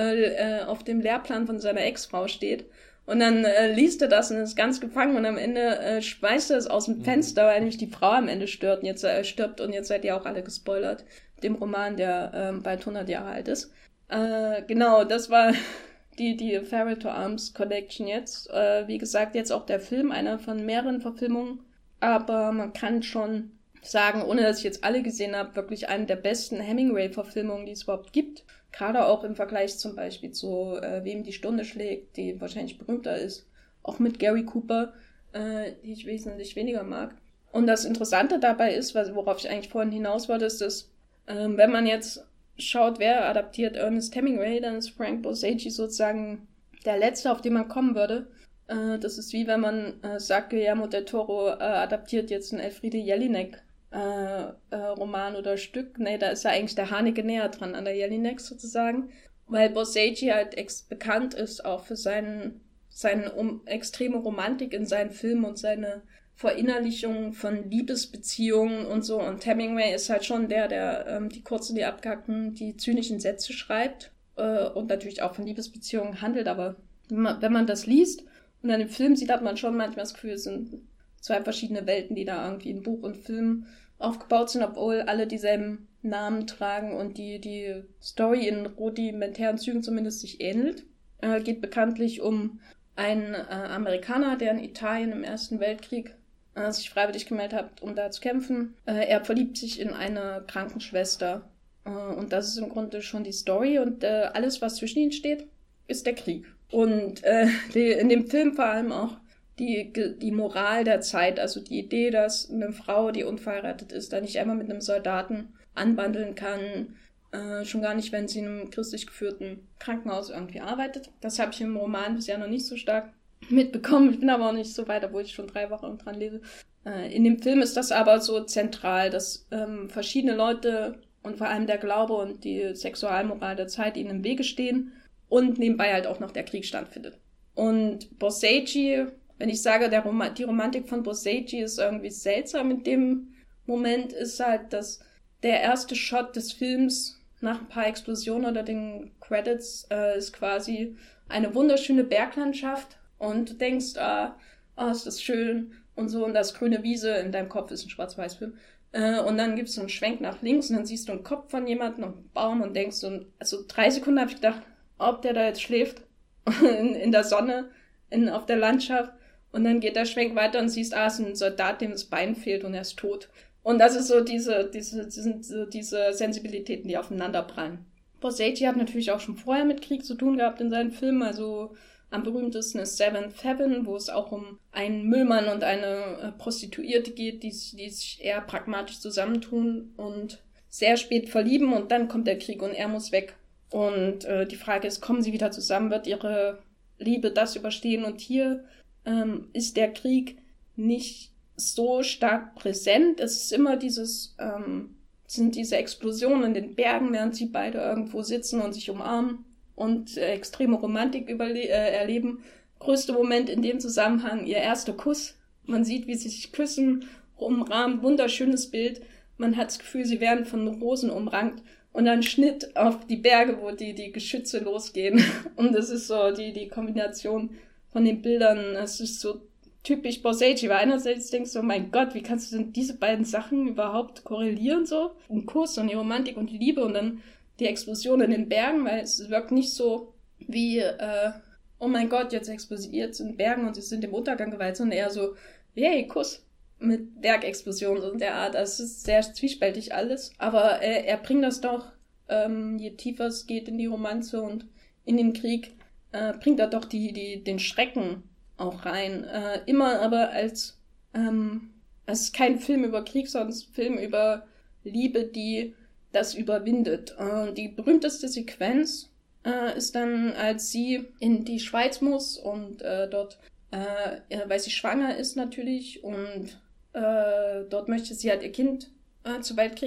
Lehrplan von seiner Ex-Frau steht. Und dann liest er das und ist ganz gefangen und am Ende schmeißt er es aus dem Fenster, weil nämlich die Frau am Ende stirbt und jetzt seid ihr auch alle gespoilert. Dem Roman, der bald 100 Jahre alt ist. Genau, das war die Farewell to Arms Collection jetzt. Wie gesagt, jetzt auch der Film, einer von mehreren Verfilmungen. Aber man kann schon sagen, ohne dass ich jetzt alle gesehen habe, wirklich eine der besten Hemingway-Verfilmungen, die es überhaupt gibt. Gerade auch im Vergleich zum Beispiel zu Wem die Stunde schlägt, die wahrscheinlich berühmter ist. Auch mit Gary Cooper, die ich wesentlich weniger mag. Und das Interessante dabei ist, worauf ich eigentlich vorhin hinaus wollte, ist, dass wenn man jetzt schaut, wer adaptiert Ernest Hemingway, dann ist Frank Borzage sozusagen der Letzte, auf den man kommen würde. Das ist wie wenn man sagt, Guillermo del Toro adaptiert jetzt einen Elfriede Jelinek Roman oder Stück. Nee, da ist ja eigentlich der Haneke näher dran an der Jelinek sozusagen, weil Borzage halt bekannt ist auch für seine extreme Romantik in seinen Filmen und seine Verinnerlichung von Liebesbeziehungen und so. Und Hemingway ist halt schon der die kurzen, die abgehackten, die zynischen Sätze schreibt und natürlich auch von Liebesbeziehungen handelt. Aber wenn man das liest und dann den Film sieht, hat man schon manchmal das Gefühl, es sind zwei verschiedene Welten, die da irgendwie in Buch und Film aufgebaut sind, obwohl alle dieselben Namen tragen und die Story in rudimentären Zügen zumindest sich ähnelt. Geht bekanntlich um einen Amerikaner, der in Italien im Ersten Weltkrieg sich freiwillig gemeldet hat, um da zu kämpfen. Er verliebt sich in eine Krankenschwester. Und das ist im Grunde schon die Story. Und alles, was zwischen ihnen steht, ist der Krieg. Und in dem Film vor allem auch die Moral der Zeit, also die Idee, dass eine Frau, die unverheiratet ist, da nicht einmal mit einem Soldaten anbandeln kann, schon gar nicht, wenn sie in einem christlich geführten Krankenhaus irgendwie arbeitet. Das habe ich im Roman bisher noch nicht so stark mitbekommen. Ich bin aber auch nicht so weit, obwohl ich schon 3 Wochen dran lese. In dem Film ist das aber so zentral, dass verschiedene Leute und vor allem der Glaube und die Sexualmoral der Zeit ihnen im Wege stehen und nebenbei halt auch noch der Krieg stattfindet. Und Borzage, wenn ich sage, die Romantik von Borzage ist irgendwie seltsam in dem Moment, ist halt, dass der erste Shot des Films nach ein paar Explosionen oder den Credits ist quasi eine wunderschöne Berglandschaft und du denkst, oh, ist das schön und so, und das grüne Wiese in deinem Kopf ist ein Schwarz-Weiß-Film. Und dann gibt es so einen Schwenk nach links und dann siehst du einen Kopf von jemandem und einen Baum und denkst so, also 3 Sekunden habe ich gedacht, ob der da jetzt schläft in der Sonne, auf der Landschaft, und dann geht der Schwenk weiter und siehst, es ist ein Soldat, dem das Bein fehlt und er ist tot. Und das ist so diese Sensibilitäten, die aufeinander prallen. Borzage hat natürlich auch schon vorher mit Krieg zu tun gehabt in seinen Filmen, also am berühmtesten ist Seventh Heaven, wo es auch um einen Müllmann und eine Prostituierte geht, die sich eher pragmatisch zusammentun und sehr spät verlieben, und dann kommt der Krieg und er muss weg. Und die Frage ist, kommen sie wieder zusammen, wird ihre Liebe das überstehen? Und hier ist der Krieg nicht so stark präsent. Es ist immer sind diese Explosionen in den Bergen, während sie beide irgendwo sitzen und sich umarmen und extreme Romantik erleben. Größter Moment in dem Zusammenhang, ihr erster Kuss. Man sieht, wie sie sich küssen, umrahmt, wunderschönes Bild. Man hat das Gefühl, sie werden von Rosen umrankt. Und dann Schnitt auf die Berge, wo die Geschütze losgehen. Und das ist so die Kombination von den Bildern. Es ist so typisch Borzage, weil einerseits denkst du, oh mein Gott, wie kannst du denn diese beiden Sachen überhaupt korrelieren so? Ein Kuss und die Romantik und die Liebe und dann die Explosion in den Bergen, weil es wirkt nicht so wie, oh mein Gott, jetzt explodiert es in den Bergen und sie sind im Untergang geweiht, sondern eher so, yay, Kuss mit Bergexplosionen und der Art. Das ist sehr zwiespältig alles, aber er bringt das doch, je tiefer es geht in die Romanze und in den Krieg, bringt er doch den Schrecken auch rein. Immer aber als kein Film über Krieg, sondern ein Film über Liebe, die das überwindet. Die berühmteste Sequenz ist dann, als sie in die Schweiz muss und dort, weil sie schwanger ist natürlich, und dort möchte sie halt ihr Kind zur Welt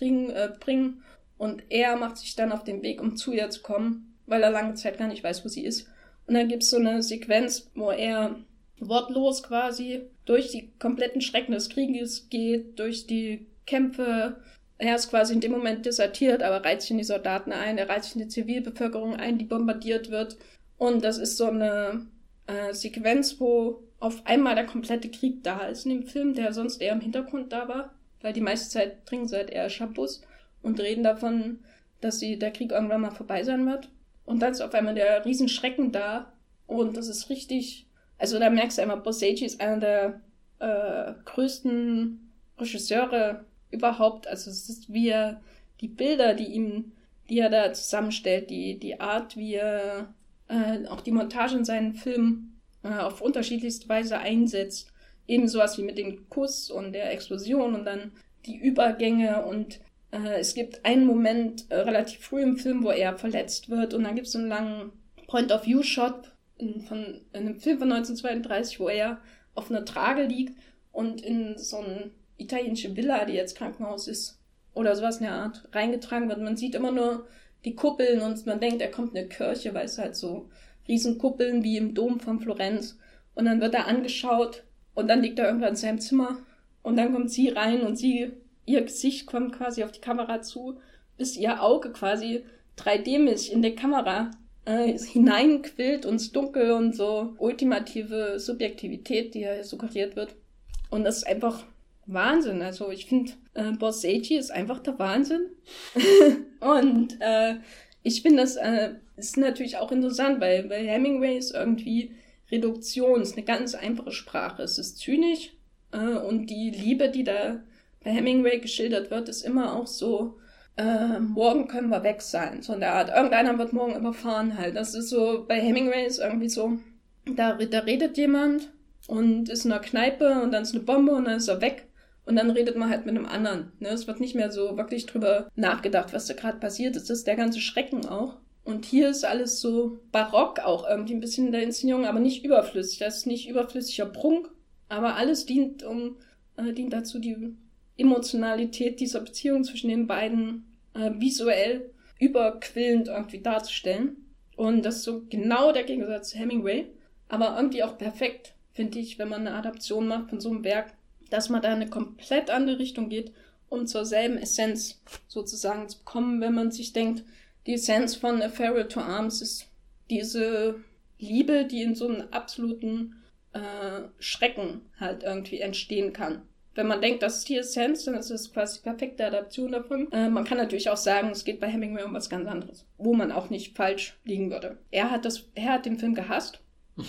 bringen, und er macht sich dann auf den Weg, um zu ihr zu kommen, weil er lange Zeit gar nicht weiß, wo sie ist. Und dann gibt's so eine Sequenz, wo er wortlos quasi durch die kompletten Schrecken des Krieges geht, durch die Kämpfe. Er ist quasi in dem Moment desertiert, aber reiht sich in die Soldaten ein, er reiht sich in die Zivilbevölkerung ein, die bombardiert wird. Und das ist so eine Sequenz, wo auf einmal der komplette Krieg da ist in dem Film, der sonst eher im Hintergrund da war, weil die meiste Zeit trinken sie halt eher Shampoos und reden davon, dass der Krieg irgendwann mal vorbei sein wird. Und dann ist auf einmal der Riesenschrecken da, und das ist richtig, also da merkst du einmal, Borzage ist einer der größten Regisseure überhaupt, also es ist, wie er die Bilder, die er da zusammenstellt, die Art, wie er auch die Montage in seinen Filmen auf unterschiedlichste Weise einsetzt. Eben sowas wie mit dem Kuss und der Explosion und dann die Übergänge, und es gibt einen Moment relativ früh im Film, wo er verletzt wird, und dann gibt es so einen langen Point-of-View-Shot in einem Film von 1932, wo er auf einer Trage liegt und in so eine italienische Villa, die jetzt Krankenhaus ist, oder sowas in der Art, reingetragen wird. Man sieht immer nur die Kuppeln und man denkt, er kommt in eine Kirche, weil es halt so Riesenkuppeln wie im Dom von Florenz. Und dann wird er angeschaut und dann liegt er irgendwann in seinem Zimmer und dann kommt sie rein und ihr Gesicht kommt quasi auf die Kamera zu, bis ihr Auge quasi 3D-mäßig in der Kamera hineinquillt und es dunkel und so ultimative Subjektivität, die hier suggeriert wird. Und das ist einfach Wahnsinn. Also ich finde, Borzage ist einfach der Wahnsinn. Und ich finde, das ist natürlich auch interessant, weil Hemingway ist irgendwie Reduktion, ist eine ganz einfache Sprache. Es ist zynisch und die Liebe, die da bei Hemingway geschildert wird, ist immer auch so, morgen können wir weg sein, so in der Art. Irgendeiner wird morgen überfahren halt. Das ist so, bei Hemingway ist irgendwie so, da redet jemand und ist in einer Kneipe und dann ist eine Bombe und dann ist er weg. Und dann redet man halt mit einem anderen. Ne? Es wird nicht mehr so wirklich drüber nachgedacht, was da gerade passiert ist. Das ist der ganze Schrecken auch. Und hier ist alles so barock auch irgendwie ein bisschen in der Inszenierung, aber nicht überflüssig. Das ist nicht überflüssiger Prunk, aber alles dient dazu, die Emotionalität dieser Beziehung zwischen den beiden visuell überquillend irgendwie darzustellen. Und das ist so genau der Gegensatz zu Hemingway, aber irgendwie auch perfekt, finde ich, wenn man eine Adaption macht von so einem Werk, dass man da in eine komplett andere Richtung geht, um zur selben Essenz sozusagen zu kommen, wenn man sich denkt, die Essenz von A Farewell to Arms ist diese Liebe, die in so einem absoluten Schrecken halt irgendwie entstehen kann. Wenn man denkt, das ist die Essenz, dann ist es quasi die perfekte Adaption davon. Man kann natürlich auch sagen, es geht bei Hemingway um was ganz anderes, wo man auch nicht falsch liegen würde. Er hat den Film gehasst.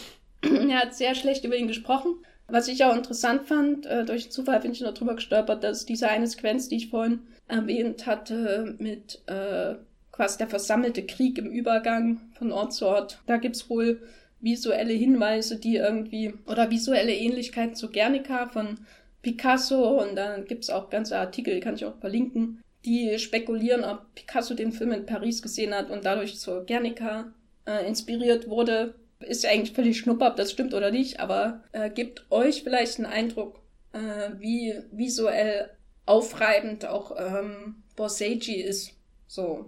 Er hat sehr schlecht über ihn gesprochen. Was ich auch interessant fand, durch Zufall bin ich noch drüber gestolpert, dass diese eine Sequenz, die ich vorhin erwähnt hatte, mit quasi der versammelte Krieg im Übergang von Ort zu Ort, da gibt's wohl visuelle Hinweise, die irgendwie, oder visuelle Ähnlichkeiten zu Guernica von Picasso, und dann gibt's auch ganze Artikel, die kann ich auch verlinken, die spekulieren, ob Picasso den Film in Paris gesehen hat und dadurch zu Guernica inspiriert wurde. Ist ja eigentlich völlig schnuppe, ob das stimmt oder nicht, aber gibt euch vielleicht einen Eindruck, wie visuell aufreibend auch Borseggi ist. So,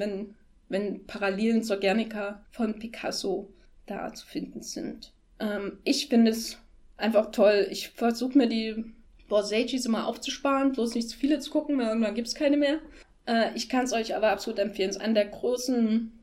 wenn Parallelen zur Guernica von Picasso da zu finden sind. Ich finde es einfach toll. Ich versuche mir die Borseggis immer aufzusparen, bloß nicht zu viele zu gucken, weil irgendwann gibt es keine mehr. Ich kann es euch aber absolut empfehlen. Es ist einer der großen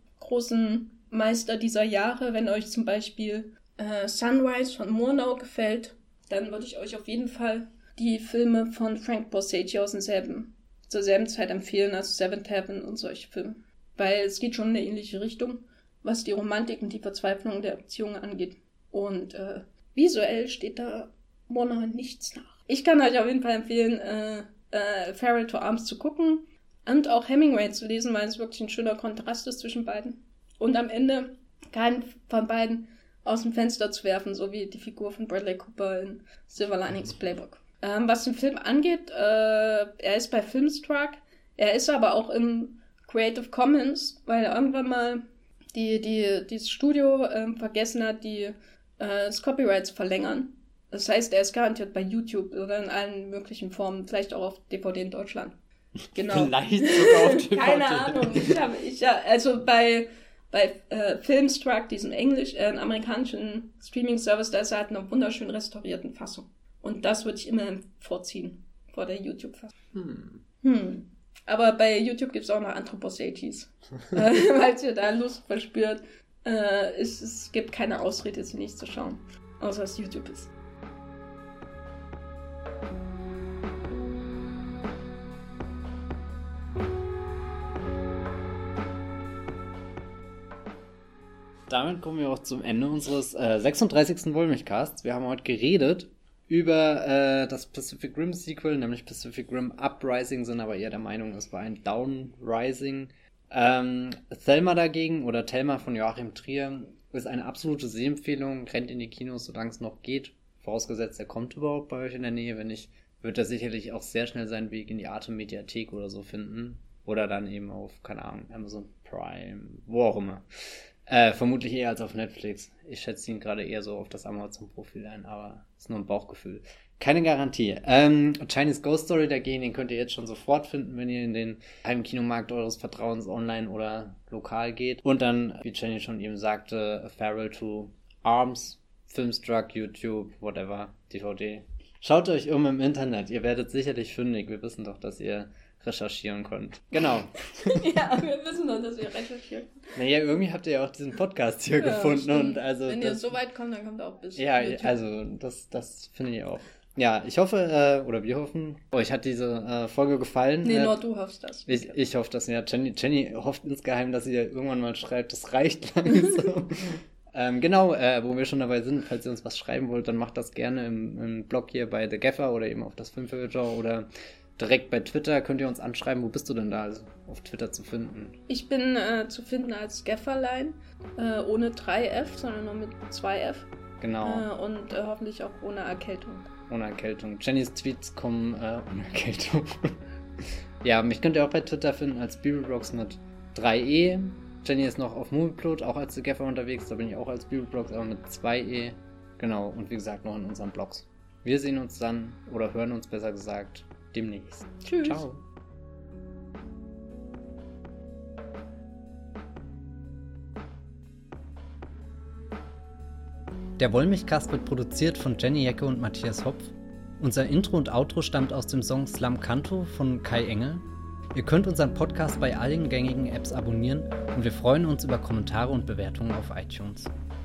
Meister dieser Jahre. Wenn euch zum Beispiel Sunrise von Murnau gefällt, dann würde ich euch auf jeden Fall die Filme von Frank Borseggi zur selben Zeit empfehlen, also Seventh Heaven und solche Filme. Weil es geht schon in eine ähnliche Richtung, was die Romantik und die Verzweiflung der Beziehungen angeht. Und visuell steht da Murnau nichts nach. Ich kann euch auf jeden Fall empfehlen, Farewell to Arms zu gucken und auch Hemingway zu lesen, weil es wirklich ein schöner Kontrast ist zwischen beiden. Und am Ende keinen von beiden aus dem Fenster zu werfen, so wie die Figur von Bradley Cooper in Silver Linings Playbook. Was den Film angeht, er ist bei Filmstruck, er ist aber auch im Creative Commons, weil irgendwann mal dieses Studio vergessen hat, das Copyright zu verlängern. Das heißt, er ist garantiert bei YouTube oder in allen möglichen Formen, vielleicht auch auf DVD in Deutschland. Genau. Vielleicht sogar auf DVD. Keine Ahnung. Also bei Filmstruck, diesem amerikanischen Streaming-Service, da ist er halt eine wunderschön restaurierten Fassung. Und das würde ich immer vorziehen vor der YouTube-Fassung. Aber bei YouTube gibt es auch noch andere Borseggis. Falls ihr da Lust verspürt, es gibt keine Ausrede, sie nicht zu schauen. Außer dass YouTube ist. Damit kommen wir auch zum Ende unseres 36. Wollmilchcasts. Wir haben heute geredet über das Pacific Rim Sequel, nämlich Pacific Rim Uprising, sind aber eher der Meinung, es war ein Downrising. Thelma dagegen, oder Thelma von Joachim Trier, ist eine absolute Sehempfehlung, rennt in die Kinos, solange es noch geht, vorausgesetzt, er kommt überhaupt bei euch in der Nähe. Wenn nicht, wird er sicherlich auch sehr schnell seinen Weg in die Arte-Mediathek oder so finden. Oder dann eben auf, keine Ahnung, Amazon Prime, wo auch immer. Vermutlich eher als auf Netflix. Ich schätze ihn gerade eher so auf das Amazon-Profil ein, aber ist nur ein Bauchgefühl. Keine Garantie. Chinese Ghost Story dagegen, den könnt ihr jetzt schon sofort finden, wenn ihr in den Heimkinomarkt eures Vertrauens online oder lokal geht. Und dann, wie Jenny schon eben sagte, Farewell to Arms, Filmstruck, YouTube, whatever, DVD. Schaut euch im Internet, ihr werdet sicherlich fündig. Wir wissen doch, dass ihr recherchieren könnt. Genau. Ja, wir wissen doch, dass wir recherchieren. Naja, irgendwie habt ihr ja auch diesen Podcast hier gefunden. Stimmt. Und also wenn ihr so weit kommt, dann kommt ihr auch bis ja, YouTube. Also das finde ich auch. Ja, ich hoffe, oder wir hoffen, euch hat diese Folge gefallen. Nee, nur du hoffst das. Ich hoffe das, ja. Jenny hofft insgeheim, dass sie ja irgendwann mal schreibt, das reicht langsam. Genau, wo wir schon dabei sind, falls ihr uns was schreiben wollt, dann macht das gerne im Blog hier bei The Gaffer oder eben auf das Filmvillager oder direkt bei Twitter könnt ihr uns anschreiben. Wo bist du denn da, also auf Twitter zu finden? Ich bin zu finden als Gafferlein, ohne 3F, sondern nur mit 2F. Genau. Und hoffentlich auch ohne Erkältung. Ohne Erkältung. Jennys Tweets kommen ohne Erkältung. Ja, mich könnt ihr auch bei Twitter finden als Bibelbrox mit 3E. Jenny ist noch auf Movieplot, auch als The Gaffer unterwegs. Da bin ich auch als Bibelbrox, aber mit 2E. Genau, und wie gesagt noch in unseren Blogs. Wir sehen uns dann, oder hören uns besser gesagt, demnächst. Tschüss. Ciao. Der Wollmilchcast wird produziert von Jenny Jecke und Matthias Hopf. Unser Intro und Outro stammt aus dem Song Slam Canto von Kai Engel. Ihr könnt unseren Podcast bei allen gängigen Apps abonnieren und wir freuen uns über Kommentare und Bewertungen auf iTunes.